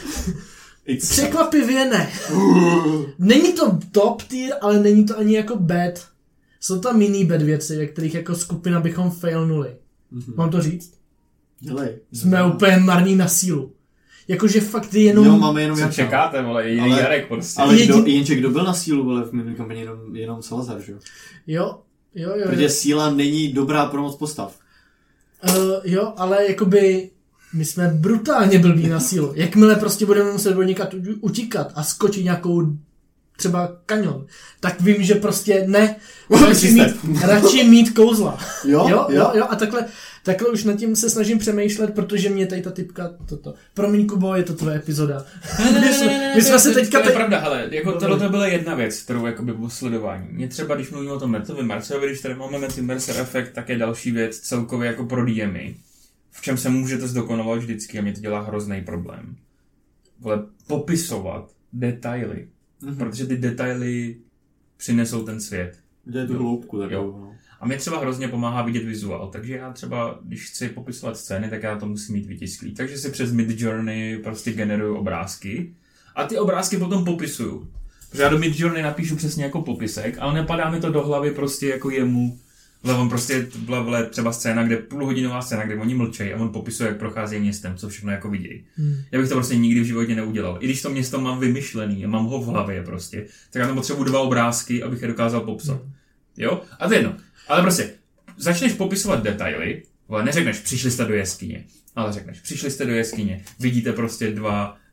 [SPEAKER 2] Překvapivě ne. Není to top tier, ale není to ani jako bad. Jsou tam mini bad věci, ve kterých jako skupina bychom failnuli. Mm-hmm. Mám to říct?
[SPEAKER 3] Dělej.
[SPEAKER 2] Jsme no. úplně marní na sílu. Jakože fakt jenom...
[SPEAKER 3] Jo, máme jenom
[SPEAKER 1] jak čekáte, vole, jiný ale, Jarek prostě.
[SPEAKER 3] Ale jedin... kdo, jenže kdo byl na sílu, vole, v minulý kampani jenom, jenom Salazar, že jo?
[SPEAKER 2] Jo, jo, jo.
[SPEAKER 3] Protože síla není dobrá pro moc postav.
[SPEAKER 2] Uh, jo, ale jakoby... My jsme brutálně blbí na sílu. Jakmile prostě budeme muset do někam utíkat a skočit nějakou třeba kanion, tak vím, že prostě ne, radši mít, radši mít kouzla.
[SPEAKER 3] Jo,
[SPEAKER 2] jo, jo, jo. A takhle, takhle už nad tím se snažím přemýšlet, protože mě tady ta typka toto. Promiň, Kubo, je to tvoje epizoda.
[SPEAKER 1] Ne, ne, my jsme, ne, ne, my jsme se teďka... To je pravda, ale jako tohle byla jedna věc, kterou jakoby bylo sledování. Mě třeba, když mluvím o tom Metovi Marcovi, když tady máme Met Mercer efekt, tak je další věc celkově jako pro D M y. V čem se můžete zdokonalovat vždycky a mě to dělá hrozný problém. Vole, popisovat detaily. Mm-hmm. Protože ty detaily přinesou ten svět.
[SPEAKER 3] Jde tu hloubku. Tak
[SPEAKER 1] jo. No. A mě třeba hrozně pomáhá vidět vizuál. Takže já třeba, když chci popisovat scény, tak já to musím mít vytisklý. Takže si přes Midjourney prostě generuju obrázky a ty obrázky potom popisuju. Protože já do Midjourney napíšu přesně jako popisek, ale nepadá mi to do hlavy prostě jako jemu. On prostě byla vle, třeba scéna, kde půlhodinová scéna, kde oni mlčejí a on popisuje, jak procházejí městem, co všechno jako vidějí. Hmm. Já bych to prostě nikdy v životě neudělal. I když to město mám vymyšlený a mám ho v hlavě prostě, tak já tam potřebuji dva obrázky, abych je dokázal popsat. Hmm. Jo? A to jedno. Ale prostě, začneš popisovat detaily, ale neřekneš, přišli jste do jeskyně, ale řekneš, přišli jste do jeskyně, vidíte prostě dva,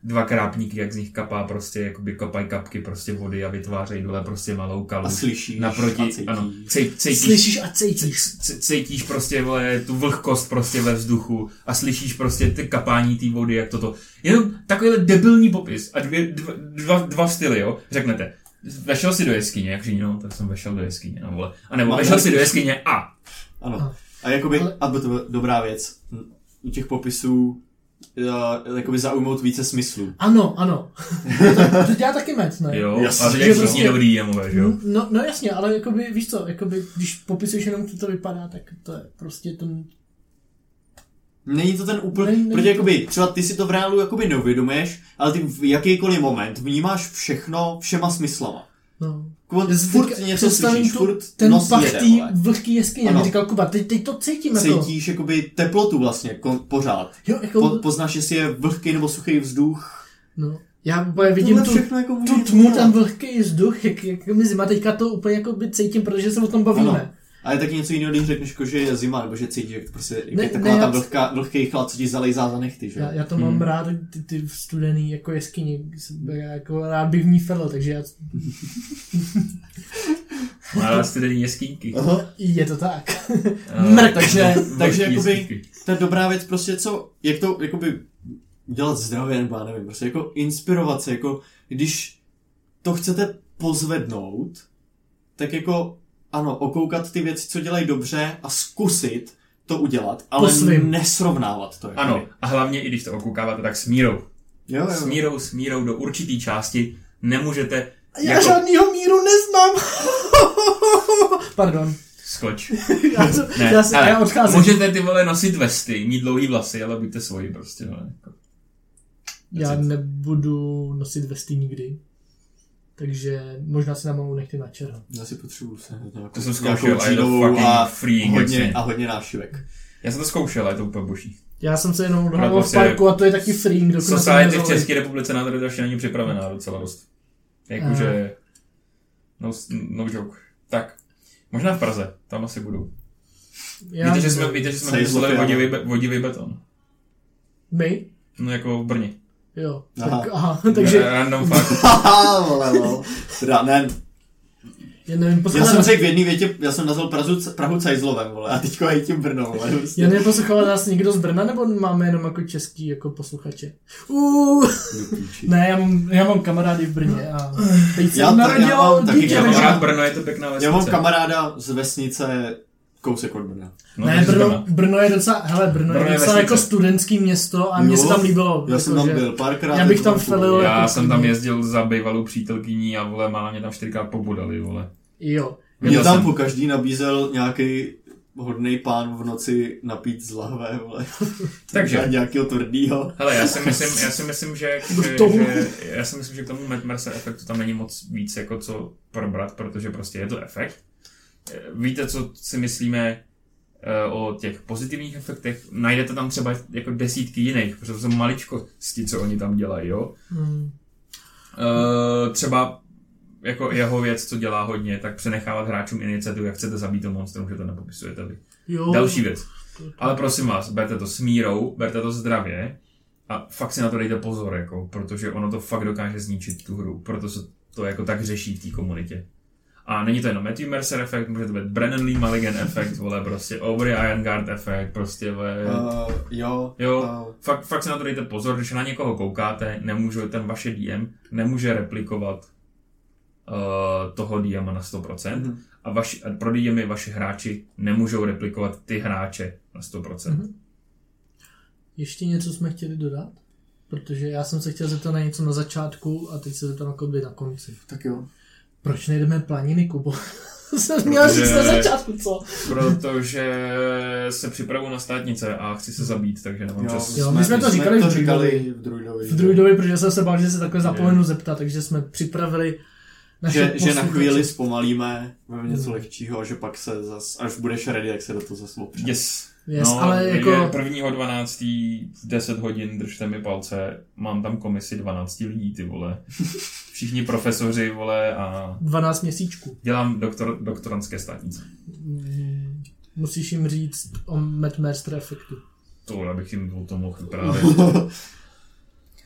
[SPEAKER 1] dva krápníky, jak z nich kapá prostě, jakoby kapají kapky prostě vody a vytvářejí dole prostě malou kalu.
[SPEAKER 3] A slyšíš
[SPEAKER 1] naproti,
[SPEAKER 3] a cítíš.
[SPEAKER 1] Ano, cej, cítíš,
[SPEAKER 2] Slyšíš a cítíš.
[SPEAKER 1] c- cítíš prostě, vole, tu vlhkost prostě ve vzduchu a slyšíš prostě ty kapání té vody, jak toto. Jenom takovýhle debilní popis a dvě, dva, dva, dva styly, jo, řeknete. Vešel si do jeskyně, jak říct, tak jsem vešel do jeskyně, no vole. A nebo vešel si do jeskyně a.
[SPEAKER 3] Ano. A jakoby,
[SPEAKER 2] Ale...
[SPEAKER 3] a to byla dobrá věc, u těch popisů uh, jakoby zaujmout více smyslů.
[SPEAKER 2] Ano, ano. to, to dělá taky Met, ne?
[SPEAKER 1] Jo,
[SPEAKER 3] Jasně.
[SPEAKER 1] a to
[SPEAKER 2] Že
[SPEAKER 1] dělají
[SPEAKER 2] prostě-
[SPEAKER 1] všichni dobrý jemové, že jo?
[SPEAKER 2] No, no jasně, ale jakoby, víš co, jakoby, když popisuješ jenom, co to vypadá, tak to je prostě ten...
[SPEAKER 3] Není to ten úplně,
[SPEAKER 2] Ne, ne,
[SPEAKER 3] protože jakoby, třeba ty si to v reálu jakoby neuvědomuješ, ale ty v jakýkoliv moment vnímáš všechno všema smyslama.
[SPEAKER 2] No.
[SPEAKER 3] Kuba,
[SPEAKER 2] Já si
[SPEAKER 3] furt
[SPEAKER 2] teďka
[SPEAKER 3] něco
[SPEAKER 2] představím
[SPEAKER 3] slyšíš,
[SPEAKER 2] tu-
[SPEAKER 3] furt
[SPEAKER 2] ten
[SPEAKER 3] nos
[SPEAKER 2] pach
[SPEAKER 3] jede,
[SPEAKER 2] tý
[SPEAKER 3] vole.
[SPEAKER 2] vlhký jeskyně,
[SPEAKER 3] Ano.
[SPEAKER 2] mi říkal Kuba, teď, teď to cítím jako.
[SPEAKER 3] Cítíš jakoby teplotu vlastně kon, pořád.
[SPEAKER 2] Jo, jako,
[SPEAKER 3] Po, poznáš, jestli je vlhký nebo suchý vzduch.
[SPEAKER 2] no. Já úplně vidím
[SPEAKER 3] Tohle
[SPEAKER 2] tu,
[SPEAKER 3] všechno jako může
[SPEAKER 2] tu
[SPEAKER 3] něco
[SPEAKER 2] tmu,
[SPEAKER 3] dělat.
[SPEAKER 2] ten vlhký vzduch, jak, jak mi zima, teďka to úplně jako by cítím, protože se o tom bavíme.
[SPEAKER 3] Ano. A je taky něco jiného, když řekneš, jako, že je zima, nebo že cítíš, jak to prostě, jak
[SPEAKER 2] Ne,
[SPEAKER 3] je taková
[SPEAKER 2] ne,
[SPEAKER 3] ta
[SPEAKER 2] já-
[SPEAKER 3] vlhká, vlhký chlad, co ti zalejzá za nechty, že?
[SPEAKER 2] Já, já to mám
[SPEAKER 1] Hmm.
[SPEAKER 2] rád, ty, ty studený jako jeskyni, já jako rád bych v ní fedl, takže já,
[SPEAKER 1] Má studený jeskýnky.
[SPEAKER 3] Aha.
[SPEAKER 2] je to tak.
[SPEAKER 1] Uh,
[SPEAKER 2] Mrk.
[SPEAKER 3] Takže, takže
[SPEAKER 1] Vlhký
[SPEAKER 3] jakoby,
[SPEAKER 1] jeskyňky.
[SPEAKER 3] to je dobrá věc, prostě co, jak to, jakoby, dělat zdravě, nebo já nevím, prostě jako inspirovat se, jako, když to chcete pozvednout, tak jako, ano, okoukat ty věci, co dělají dobře a zkusit to udělat, ale
[SPEAKER 2] svým.
[SPEAKER 3] nesrovnávat to. Jako.
[SPEAKER 1] Ano, a hlavně i když to okoukáváte, tak s mírou.
[SPEAKER 3] Jo,
[SPEAKER 1] S
[SPEAKER 3] jo.
[SPEAKER 1] mírou, s mírou do určitý části nemůžete
[SPEAKER 2] Já
[SPEAKER 1] jako...
[SPEAKER 2] žádnýho míru neznám. Pardon.
[SPEAKER 1] Skoč.
[SPEAKER 2] Já, to,
[SPEAKER 1] Ne,
[SPEAKER 2] já, si,
[SPEAKER 1] hele,
[SPEAKER 2] já odcházím.
[SPEAKER 1] můžete ty vole nosit vesty, mít dlouhý vlasy, ale buďte svoji prostě. No, jako.
[SPEAKER 2] Já nebudu nosit vesty nikdy. Takže možná si namalu nechty na černo.
[SPEAKER 3] Já si potřebuji se nějakou,
[SPEAKER 1] To jsem
[SPEAKER 3] nějakou
[SPEAKER 1] zkoušel a je to
[SPEAKER 3] dřínovou
[SPEAKER 1] fucking
[SPEAKER 3] a
[SPEAKER 1] freeing.
[SPEAKER 3] hodně,
[SPEAKER 1] Hodně,
[SPEAKER 3] a hodně nášivek.
[SPEAKER 1] Já jsem to zkoušel, a je to úplně boží.
[SPEAKER 2] Já jsem se jenom odhával v
[SPEAKER 1] prostě-
[SPEAKER 2] parku a to je taky freeing, dokud na to
[SPEAKER 1] Society v
[SPEAKER 2] nezvolí.
[SPEAKER 1] České republice na to ještě není připravená docela dost. Jakože... No, no joke. Tak. Možná v Praze, tam asi budou.
[SPEAKER 2] Já-
[SPEAKER 1] Víte, že jsme, víte, že jsme
[SPEAKER 3] Sejzlo
[SPEAKER 1] vymysleli
[SPEAKER 3] fiala.
[SPEAKER 1] vodivý, be, vodivý beton.
[SPEAKER 2] My?
[SPEAKER 1] No jako v Brně.
[SPEAKER 2] Jo.
[SPEAKER 3] Aha.
[SPEAKER 2] Tak, aha, takže
[SPEAKER 1] Random fakt.
[SPEAKER 3] Haha, vole, no. Teda, ne,
[SPEAKER 2] já nevím,
[SPEAKER 3] já
[SPEAKER 2] poslouchala,
[SPEAKER 3] jsem řekl v jedné větě, já jsem nazval Prahu, Prahu Cajzlovem, vole, a teďko hejtím Brno, vole. Prostě.
[SPEAKER 2] já nevím, poslouchala nás někdo z Brna, nebo máme jenom jako český jako posluchače? Uh, ne, já mám, já mám kamarády v Brně a teď jsem
[SPEAKER 3] Já to- já
[SPEAKER 2] narodil
[SPEAKER 3] mám taky
[SPEAKER 2] dítě,
[SPEAKER 1] Já mám
[SPEAKER 2] takže...
[SPEAKER 1] rád Brno, je to pěkná vesnice.
[SPEAKER 3] Já mám kamaráda z vesnice kousek od Brna.
[SPEAKER 1] No,
[SPEAKER 2] Ne,
[SPEAKER 1] takže
[SPEAKER 2] Brno,
[SPEAKER 1] Brno.
[SPEAKER 2] Brno je docela, hele, Brno,
[SPEAKER 1] Brno
[SPEAKER 2] je
[SPEAKER 1] je
[SPEAKER 2] docela
[SPEAKER 1] vesnice.
[SPEAKER 2] jako studentský město a mně
[SPEAKER 3] Jo,
[SPEAKER 2] se tam líbilo.
[SPEAKER 3] Já jsem
[SPEAKER 2] jako,
[SPEAKER 3] tam
[SPEAKER 2] že-
[SPEAKER 3] byl párkrát.
[SPEAKER 2] Já bych
[SPEAKER 3] je to
[SPEAKER 2] tam
[SPEAKER 3] tam
[SPEAKER 2] felil.
[SPEAKER 3] cool.
[SPEAKER 1] Já
[SPEAKER 2] jako
[SPEAKER 1] jsem tam
[SPEAKER 2] klidně.
[SPEAKER 1] jezdil za bývalou přítelkyní a vole, mála mě tam čtyřikrát pobodali, vole.
[SPEAKER 2] Jo.
[SPEAKER 3] Mě
[SPEAKER 1] Viděl
[SPEAKER 3] tam
[SPEAKER 1] jsem.
[SPEAKER 3] po každý nabízel nějaký hodnej pán v noci napít z lahve, vole.
[SPEAKER 1] Takže.
[SPEAKER 3] A nějakého tvrdýho.
[SPEAKER 1] Hele, já si myslím, já si myslím, že, že,
[SPEAKER 2] tomu.
[SPEAKER 1] že, já si myslím, že k tomu Matt Mercer efektu tam není moc víc jako co probrat, protože prostě je to efekt. Víte, co si myslíme eh, o těch pozitivních efektech? Najdete tam třeba jako desítky jiných, protože to jsou maličkosti, co oni tam dělají, jo?
[SPEAKER 2] Hmm.
[SPEAKER 1] Eh, třeba jako jeho věc, co dělá hodně, tak přenechávat hráčům iniciativu, jak chcete zabít to monstrum, že to nepopisujete vy.
[SPEAKER 2] Jo.
[SPEAKER 1] Další věc. Ale prosím vás, berte to s mírou, berte to zdravě a fakt si na to dejte pozor, jako, protože ono to fakt dokáže zničit tu hru, proto se to jako tak řeší v té komunitě. A není to jenom Matthew Mercer efekt, může to být Brennan Lee Mulligan efekt, vole, prostě Aubrey Ironguard efekt, prostě, vole.
[SPEAKER 3] Uh, jo.
[SPEAKER 1] Jo,
[SPEAKER 3] Uh,
[SPEAKER 1] fakt, fakt si na to dejte pozor, když na někoho koukáte, nemůže ten vaše D M, nemůže replikovat uh, toho D M na sto procent.
[SPEAKER 3] Mhm.
[SPEAKER 1] A, vaši, a pro D M y vaši hráči nemůžou replikovat ty hráče na sto procent.
[SPEAKER 2] Mhm. Ještě něco jsme chtěli dodat? Protože já jsem se chtěl zeptat na něco na začátku a teď se zeptám jako by na konci.
[SPEAKER 3] tak jo.
[SPEAKER 2] Proč nejdeme planiny, Kubo? jsem měl
[SPEAKER 1] Protože-
[SPEAKER 2] říct na začátku, co?
[SPEAKER 1] Protože se připravuju na státnice a chci se zabít, takže nemám
[SPEAKER 3] Jo,
[SPEAKER 1] čas.
[SPEAKER 2] Jo, my jsme to říkali
[SPEAKER 3] to
[SPEAKER 2] v
[SPEAKER 3] říkali
[SPEAKER 2] Druidovi.
[SPEAKER 3] v Druidovi.
[SPEAKER 2] V Druidovi, protože jsem se bál, že se takhle zapomenu zeptat, takže jsme připravili naše
[SPEAKER 3] Že, že na
[SPEAKER 2] posluchače.
[SPEAKER 3] chvíli zpomalíme, máme něco
[SPEAKER 2] Hmm.
[SPEAKER 3] lehčího a že pak se zas, až budeš ready, tak se do toho zase opřeme.
[SPEAKER 1] Yes.
[SPEAKER 2] Yes,
[SPEAKER 1] no,
[SPEAKER 2] ale jako...
[SPEAKER 1] je prvního dvanáctého v deset hodin, držte mi palce, mám tam komisi dvanáct lidí, ty vole. Všichni profesoři, vole, a
[SPEAKER 2] dvanáct měsíčků.
[SPEAKER 1] dělám doktor, doktorantské státnice.
[SPEAKER 2] Mm, Musíš jim říct o Matt Mercer efektu.
[SPEAKER 1] To abych jim o tom mohl právě.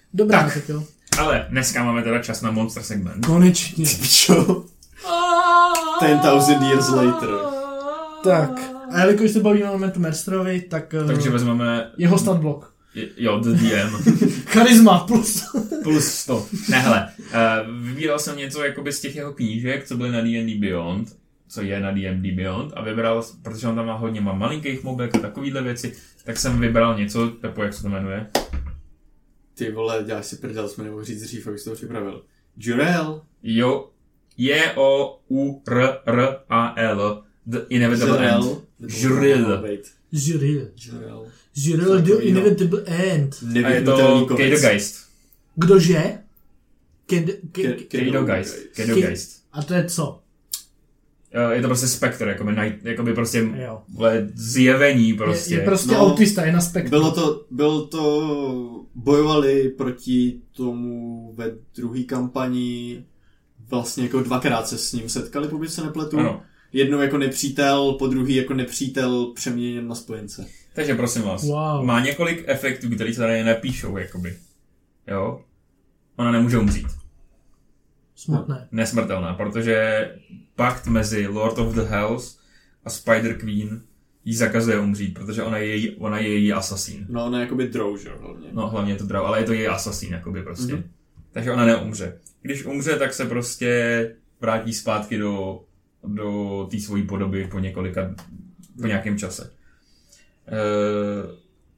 [SPEAKER 2] Dobrá,
[SPEAKER 1] Tak.
[SPEAKER 2] tak jo.
[SPEAKER 1] Ale dneska máme teda čas na Monster segment.
[SPEAKER 2] Konečně.
[SPEAKER 3] Čo? Ten thousand years later.
[SPEAKER 2] Tak. A jelikož se bavíme o momentu Mercerovi, tak...
[SPEAKER 1] Takže
[SPEAKER 2] uh,
[SPEAKER 1] vezmeme...
[SPEAKER 2] jeho stat block.
[SPEAKER 1] Je- Jo, the D M.
[SPEAKER 2] Charisma plus.
[SPEAKER 1] Plus sto. Ne, hele, uh, vybíral jsem něco jakoby z těch jeho knížek, co byly na D and D Beyond, co je na D and D Beyond, a vybral, protože on tam má hodně má malinkých mobek a takovýhle věci, tak jsem vybral něco, Pepo, jak se to jmenuje?
[SPEAKER 3] Ty vole, děláš si prdel, jsme nemohl říct dřív, abych to připravil. Jurel.
[SPEAKER 1] Jo, J O U R R A L. The Inevitable End. Jurel.
[SPEAKER 2] Žiril.
[SPEAKER 3] Jurel.
[SPEAKER 2] Žiril the inevitable end.
[SPEAKER 1] A je to Kadogeist.
[SPEAKER 2] Kdože? Ked, ke, ke,
[SPEAKER 1] Kadogeist. Kadogeist.
[SPEAKER 2] a to je co?
[SPEAKER 1] Je to prostě spektr, jakoby, night, jakoby prostě
[SPEAKER 2] Jo.
[SPEAKER 1] vole, zjevení prostě.
[SPEAKER 2] Je, je prostě
[SPEAKER 3] No,
[SPEAKER 2] autista, je na spektru.
[SPEAKER 3] Bylo to, byl to, bojovali proti tomu ve druhé kampani, vlastně jako dvakrát se s ním setkali, pokud se nepletu.
[SPEAKER 1] Ano.
[SPEAKER 3] Jednou jako nepřítel, po druhý jako nepřítel přeměněn na spojence.
[SPEAKER 1] Takže prosím vás,
[SPEAKER 2] Wow.
[SPEAKER 1] má několik efektů, které se tady nepíšou, jakoby. Jo? Ona nemůže umřít.
[SPEAKER 2] Smutné.
[SPEAKER 1] Nesmrtelná, protože pakt mezi Lord of the Hells a Spider Queen jí zakazuje umřít, protože ona je její, ona je její asasín.
[SPEAKER 3] No, ona je jakoby drou, že jo, hlavně.
[SPEAKER 1] No, hlavně je to drav, ale je to její asasín, jakoby prostě.
[SPEAKER 3] Mhm.
[SPEAKER 1] Takže ona neumře. Když umře, tak se prostě vrátí zpátky do, do té svojí podoby po několika, po nějakém čase. Uh,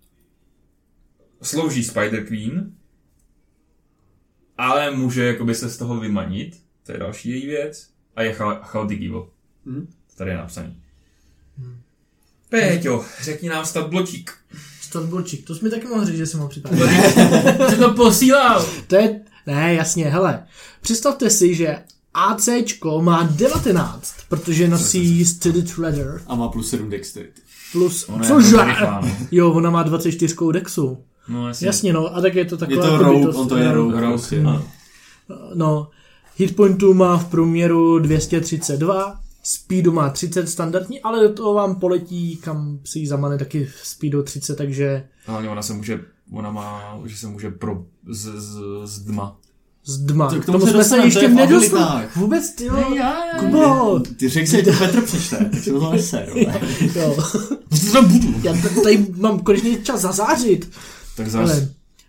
[SPEAKER 1] slouží Spider Queen, ale může jakoby se z toho vymanit, to je další její věc, a je cha- chaotic evil.
[SPEAKER 3] Mhm.
[SPEAKER 1] To tady je napsaný. Péťo, řekni nám stat bločík.
[SPEAKER 2] Statbolčík, to jsi mi taky mohl říct, že jsem ho připravil.
[SPEAKER 1] Jsi to posílal.
[SPEAKER 2] To je, ne, jasně, hele. Představte si, že ACčko má devatenáct, protože nosí Studded Leather
[SPEAKER 3] A má plus sedm dexterity.
[SPEAKER 2] plus,
[SPEAKER 1] Ona je
[SPEAKER 2] cože?
[SPEAKER 1] hodně rychlá, no.
[SPEAKER 2] Jo, ona má dvacet čtyři dexu.
[SPEAKER 1] No, jasně.
[SPEAKER 2] Jasně, no, a tak je to
[SPEAKER 3] Je
[SPEAKER 2] taková...
[SPEAKER 3] to
[SPEAKER 2] jako
[SPEAKER 3] rogue,
[SPEAKER 2] bytost,
[SPEAKER 3] on to je
[SPEAKER 2] no.
[SPEAKER 3] rogue.
[SPEAKER 1] Rogue,
[SPEAKER 3] prostě.
[SPEAKER 1] ano.
[SPEAKER 2] No, hitpointů má v průměru dvě stě třicet dva, speedu má třicet standardní, ale do toho vám poletí, kam si ji zamane taky speedu třicet, takže
[SPEAKER 1] Hlavně ona se může, ona má, že se může pro, z, z, z dma.
[SPEAKER 2] z dma.
[SPEAKER 3] To
[SPEAKER 2] K
[SPEAKER 3] k tomu
[SPEAKER 2] tomu
[SPEAKER 3] se
[SPEAKER 2] jsme se
[SPEAKER 3] dostaneme, to
[SPEAKER 2] ještě
[SPEAKER 3] je v
[SPEAKER 2] nedostali.
[SPEAKER 3] abilitách.
[SPEAKER 2] Vůbec, ty jo.
[SPEAKER 1] já,
[SPEAKER 2] Kubo.
[SPEAKER 3] Ty řekl si, to Petr přečte, tak si to neser.
[SPEAKER 2] Jo.
[SPEAKER 1] To budu.
[SPEAKER 2] Já t- tady mám konečně čas zazářit.
[SPEAKER 1] Tak
[SPEAKER 2] Hele,
[SPEAKER 1] zas.
[SPEAKER 2] uh,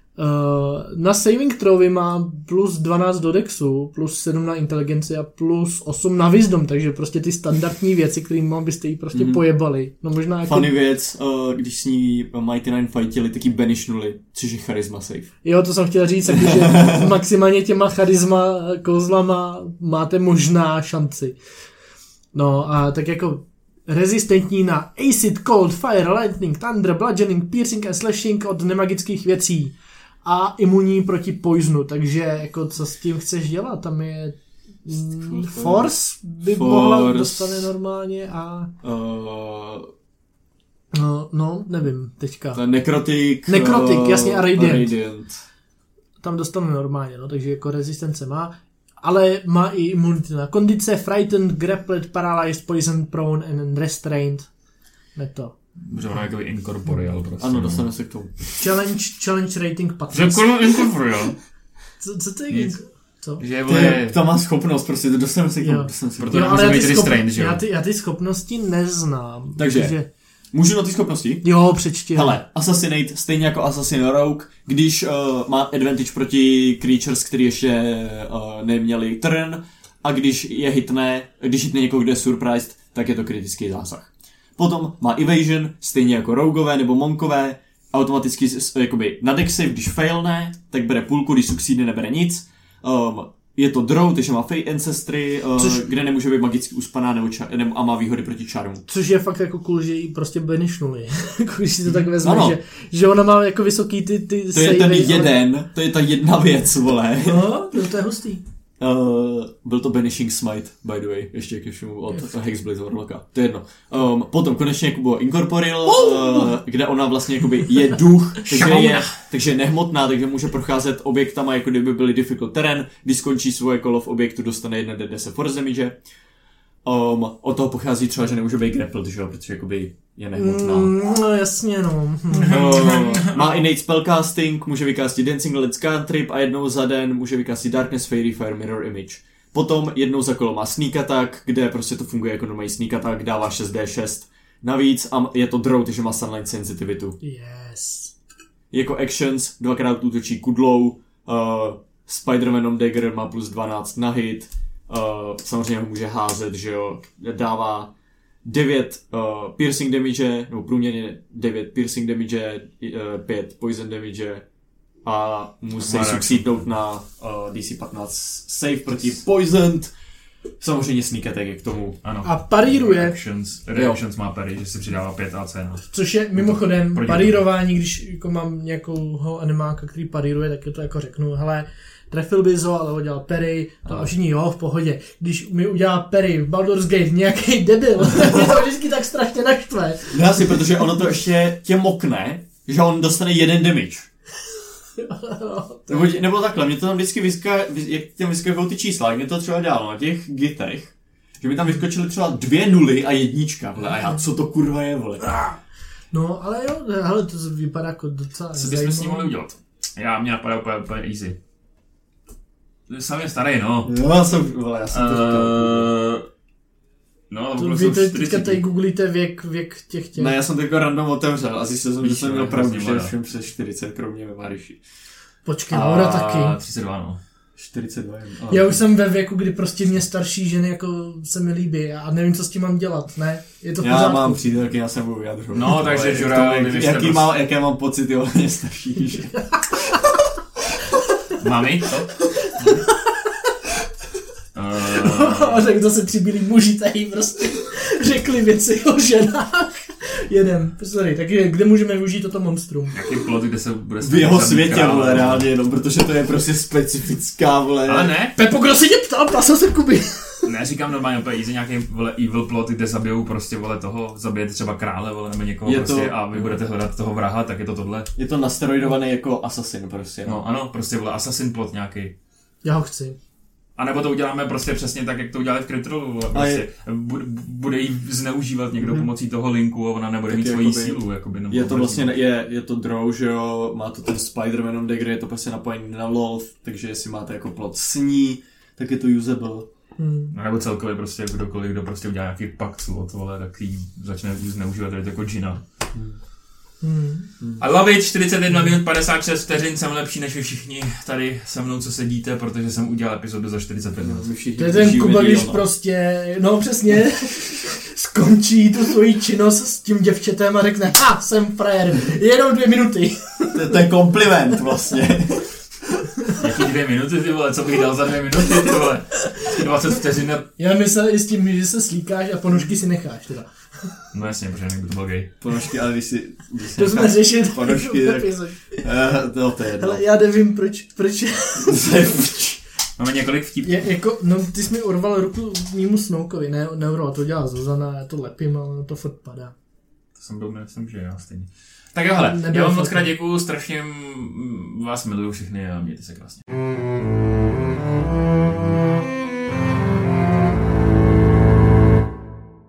[SPEAKER 2] na saving throwy má plus dvanáct do dexu, plus sedm na inteligenci a plus osm na wisdom, takže prostě ty standardní věci, kterými byste jí prostě
[SPEAKER 3] Mhm.
[SPEAKER 2] pojebali. No možná jako...
[SPEAKER 3] Funny věc, uh, když s ní Mighty Nine fightili, taky banishnuli, což je charisma save.
[SPEAKER 2] Jo, to jsem chtěl říct, že maximálně těma charisma kouzlama máte možná šanci. No a tak jako rezistentní na acid, cold, fire, lightning, thunder, bludgeoning, piercing a slashing od nemagických věcí a imunní proti poisonu, takže jako co s tím chceš dělat, tam je mm, force by
[SPEAKER 3] Force.
[SPEAKER 2] mohla dostane normálně a
[SPEAKER 3] Uh,
[SPEAKER 2] no, no nevím, teďka.
[SPEAKER 3] ten Necrotic.
[SPEAKER 2] Necrotic,
[SPEAKER 3] uh,
[SPEAKER 2] jasně, a Radiant.
[SPEAKER 3] Radiant.
[SPEAKER 2] Tam dostane normálně, no, takže jako rezistence má, ale má i imunity na kondice, frightened, grappled, paralyzed, poisoned, prone and restrained. Ne to.
[SPEAKER 1] Že ona je jakoby incorporeal prostě.
[SPEAKER 3] Ano, dostaneme se k tomu.
[SPEAKER 2] Challenge, challenge rating
[SPEAKER 1] Že
[SPEAKER 2] patnáct.
[SPEAKER 1] jako incorporeal.
[SPEAKER 2] Co, co to je?
[SPEAKER 1] Nic.
[SPEAKER 2] Co?
[SPEAKER 1] Že
[SPEAKER 3] To,
[SPEAKER 1] vole...
[SPEAKER 3] je, to má schopnost, prostě to dostaneme se k tomu.
[SPEAKER 2] Jo.
[SPEAKER 3] Dostaneme se k
[SPEAKER 1] Proto
[SPEAKER 3] tomu.
[SPEAKER 1] nemůže
[SPEAKER 2] ale já
[SPEAKER 1] být
[SPEAKER 2] ty,
[SPEAKER 1] restrained, že jo?
[SPEAKER 2] já, ty, já ty schopnosti neznám.
[SPEAKER 3] Takže. Můžu na ty schopnosti?
[SPEAKER 2] Jo, přečti.
[SPEAKER 3] Hele, Assassinate, stejně jako Assassin Rogue, když uh, má advantage proti creatures, který ještě uh, neměli turn, a když je hitne, když hitne někoho, kde je surprised, tak je to kritický zásah. Potom má Evasion, stejně jako Roguové nebo Monkové, automaticky s- jakoby na deck save, když failne, tak bere půlku, když succeedne, nebere nic. Um, je to draw, takže má Fey Ancestry, uh,
[SPEAKER 2] Což-
[SPEAKER 3] kde nemůže být magicky uspaná nebo ča- nebo, a má výhody proti čarmu.
[SPEAKER 2] Což je fakt jako cool, že jí prostě banishnuli. Když si to tak vezme,
[SPEAKER 3] Ano.
[SPEAKER 2] že, že ona má jako vysoký ty, ty
[SPEAKER 3] To je ten
[SPEAKER 2] savey, ale-
[SPEAKER 3] jeden, to je ta jedna věc, vole.
[SPEAKER 2] No, to, to je hustý.
[SPEAKER 3] Uh, byl to Banishing Smite, by the way, ještě ke všemu od Hexblade Warlocka. To je jedno. Um, potom konečně jako bylo Incorporeal, uh, kde ona vlastně jakoby je duch, takže je, takže je nehmotná, takže může procházet objektama, jako kdyby byly difficult terén. Když skončí svoje kolo v objektu, dostane jedna d deset force damage. Um, od toho pochází třeba, že nemůže být grappled, že jo, protože jakoby je nehmotná.
[SPEAKER 2] Mm, no jasně no.
[SPEAKER 3] no. Má innate spellcasting, může vykástit Dancing Lights Cantrip a jednou za den může vykástit Darkness, Fairy Fire, Mirror Image. Potom jednou za kolo má Sneak Attack, kde prostě to funguje jako normální Sneak Attack, dává šest dé šest navíc a je to draw, takže má Sunlight Sensitivitu.
[SPEAKER 2] Yes.
[SPEAKER 3] Jako actions, dvakrát útočí kudlou, uh, Spider-Venom Dagger má plus dvanáct na hit, uh, samozřejmě ho může házet, že jo, dává devět uh, piercing damage, nebo průměrně devět piercing damage, uh, pět poison damage a musí succeednout na uh, D C patnáct save proti poisoned. Samozřejmě sneak attack je k tomu.
[SPEAKER 1] Ano.
[SPEAKER 2] A paríruje.
[SPEAKER 1] Reactions, reactions má parry, že si přidává pět A C. No.
[SPEAKER 2] Což je mimochodem
[SPEAKER 1] Proti
[SPEAKER 2] parírování, když jako mám nějakou animáka, který paríruje, tak je to jako řeknu, hele, trefil bys ho, ale udělal parry, to a všichni jo, v pohodě. Když mi udělá parry v Baldur's Gate nějaký debil, tak mě to vždycky tak strašně naštve.
[SPEAKER 3] No asi, protože ono to ještě tě mokne, že on dostane jeden damage. Nebo, nebo takhle, mě to tam vždycky vyskakují, jak tam vyskakují ty čísla, jak mě to třeba dělalo na těch gitech, že mi tam vyskočily třeba dvě nuly a jednička, vole, a já, co to kurva je, vole.
[SPEAKER 2] No, ale jo, hele, to vypadá jako docela
[SPEAKER 1] co bychom s ním mohli udělat? Já, mě napadá úplně, úplně easy. Sam je starý, no.
[SPEAKER 3] Jo, já jsem, vole, já jsem to říkal.
[SPEAKER 1] Uh, no,
[SPEAKER 2] to vy teď teďka tady googlíte věk, věk těch těch.
[SPEAKER 3] Ne, já jsem to jako random otevřel a zjistil jsem, že jsem měl pravdu, že
[SPEAKER 1] mladá.
[SPEAKER 3] všem přes čtyřicet, kromě ve Mariši.
[SPEAKER 2] Počkej, Laura taky.
[SPEAKER 1] třicet dva, no.
[SPEAKER 3] čtyřicet dva.
[SPEAKER 2] Já už jsem ve věku, kdy prostě mě starší ženy jako se mi líbí a nevím, co s tím mám dělat, ne? Je to v pořádku.
[SPEAKER 3] Já mám přítelky, já jsem budu vyjadřovat.
[SPEAKER 1] No, takže Žura,
[SPEAKER 3] jaký, jaký má, jaké mám pocity o mě starší, že?
[SPEAKER 1] Mami, co?
[SPEAKER 2] A řekl, to se tři bílí muži tady prostě řekli věci o ženách. Jeden, sorry, tak kde můžeme využít toto monstrum?
[SPEAKER 1] Jaký plot, kde se bude
[SPEAKER 3] v jeho světě, král, vole, reálně jenom, protože to je prostě specifická, vole.
[SPEAKER 1] Ale ne.
[SPEAKER 2] Pepo, kdo se tě ptal, pasil se Kuby.
[SPEAKER 1] Ne, říkám normálně úplně easy, nějaký, vole, evil plot, kde zabijou prostě, vole, toho, zabijete třeba krále, vole, nebo někoho
[SPEAKER 3] je
[SPEAKER 1] prostě
[SPEAKER 3] to,
[SPEAKER 1] a vy budete hledat toho vraha, tak je to tohle.
[SPEAKER 3] Je to nasteroidovaný jako assassin prostě.
[SPEAKER 1] No, no ano, prostě, vole, assassin plot nějaký.
[SPEAKER 2] Já ho chci.
[SPEAKER 1] A nebo to uděláme prostě přesně tak, jak to udělali v Critrolu. Prostě je... bude jí zneužívat někdo hmm. pomocí toho linku a ona nebude tak mít svoji jakoby, sílu. Jakoby,
[SPEAKER 3] je to vlastně, je, je to draw, že jo, má to ten Spider-Manom dagger, je to prostě napojený na lol, takže jestli máte jako plot s ní, tak je to usable.
[SPEAKER 2] Hmm.
[SPEAKER 1] A nebo celkově prostě kdokoliv, kdo prostě udělá nějaký pakt od tohle, tak jí začne zneužívat, tady to jako džina.
[SPEAKER 2] Hmm. Hmm.
[SPEAKER 1] I love it, čtyřicet jedna minut padesát šest vteřin, jsem lepší než vy všichni tady se mnou, co sedíte, protože jsem udělal epizodu za čtyřicet pět minut.
[SPEAKER 2] To je ten Kuba, když prostě, no přesně, skončí tu svoji činnost s tím děvčetem a řekne, ha, jsem frajer, jenom dvě minuty.
[SPEAKER 3] To, to je kompliment vlastně.
[SPEAKER 1] Jaký dvě minuty, ty vole, co bych dal za dvě minuty, ty vole, dvacet vteřin.
[SPEAKER 2] Já myslel i s tím, že se slíkáš a ponožky si necháš teda.
[SPEAKER 1] No jasně, protože někdo to byl gay.
[SPEAKER 3] Ponožky, ale když si... Když
[SPEAKER 2] to jsme řešili
[SPEAKER 3] ponožky, tak... Uh, to, to je jedno.
[SPEAKER 2] Hele, já nevím, proč, proč...
[SPEAKER 1] Máme několik vtipů.
[SPEAKER 2] Je, jako, no, ty jsi mi urval ruku mýmu Snoukovi, ne, neurval, to dělá Zuzana, já to lepím, ale to furt padá.
[SPEAKER 1] To jsem byl, myslím, že já stejně. Tak jo, hele, já vám moc krát děkuju, strašně vás miluju všechny a mějte se krásně.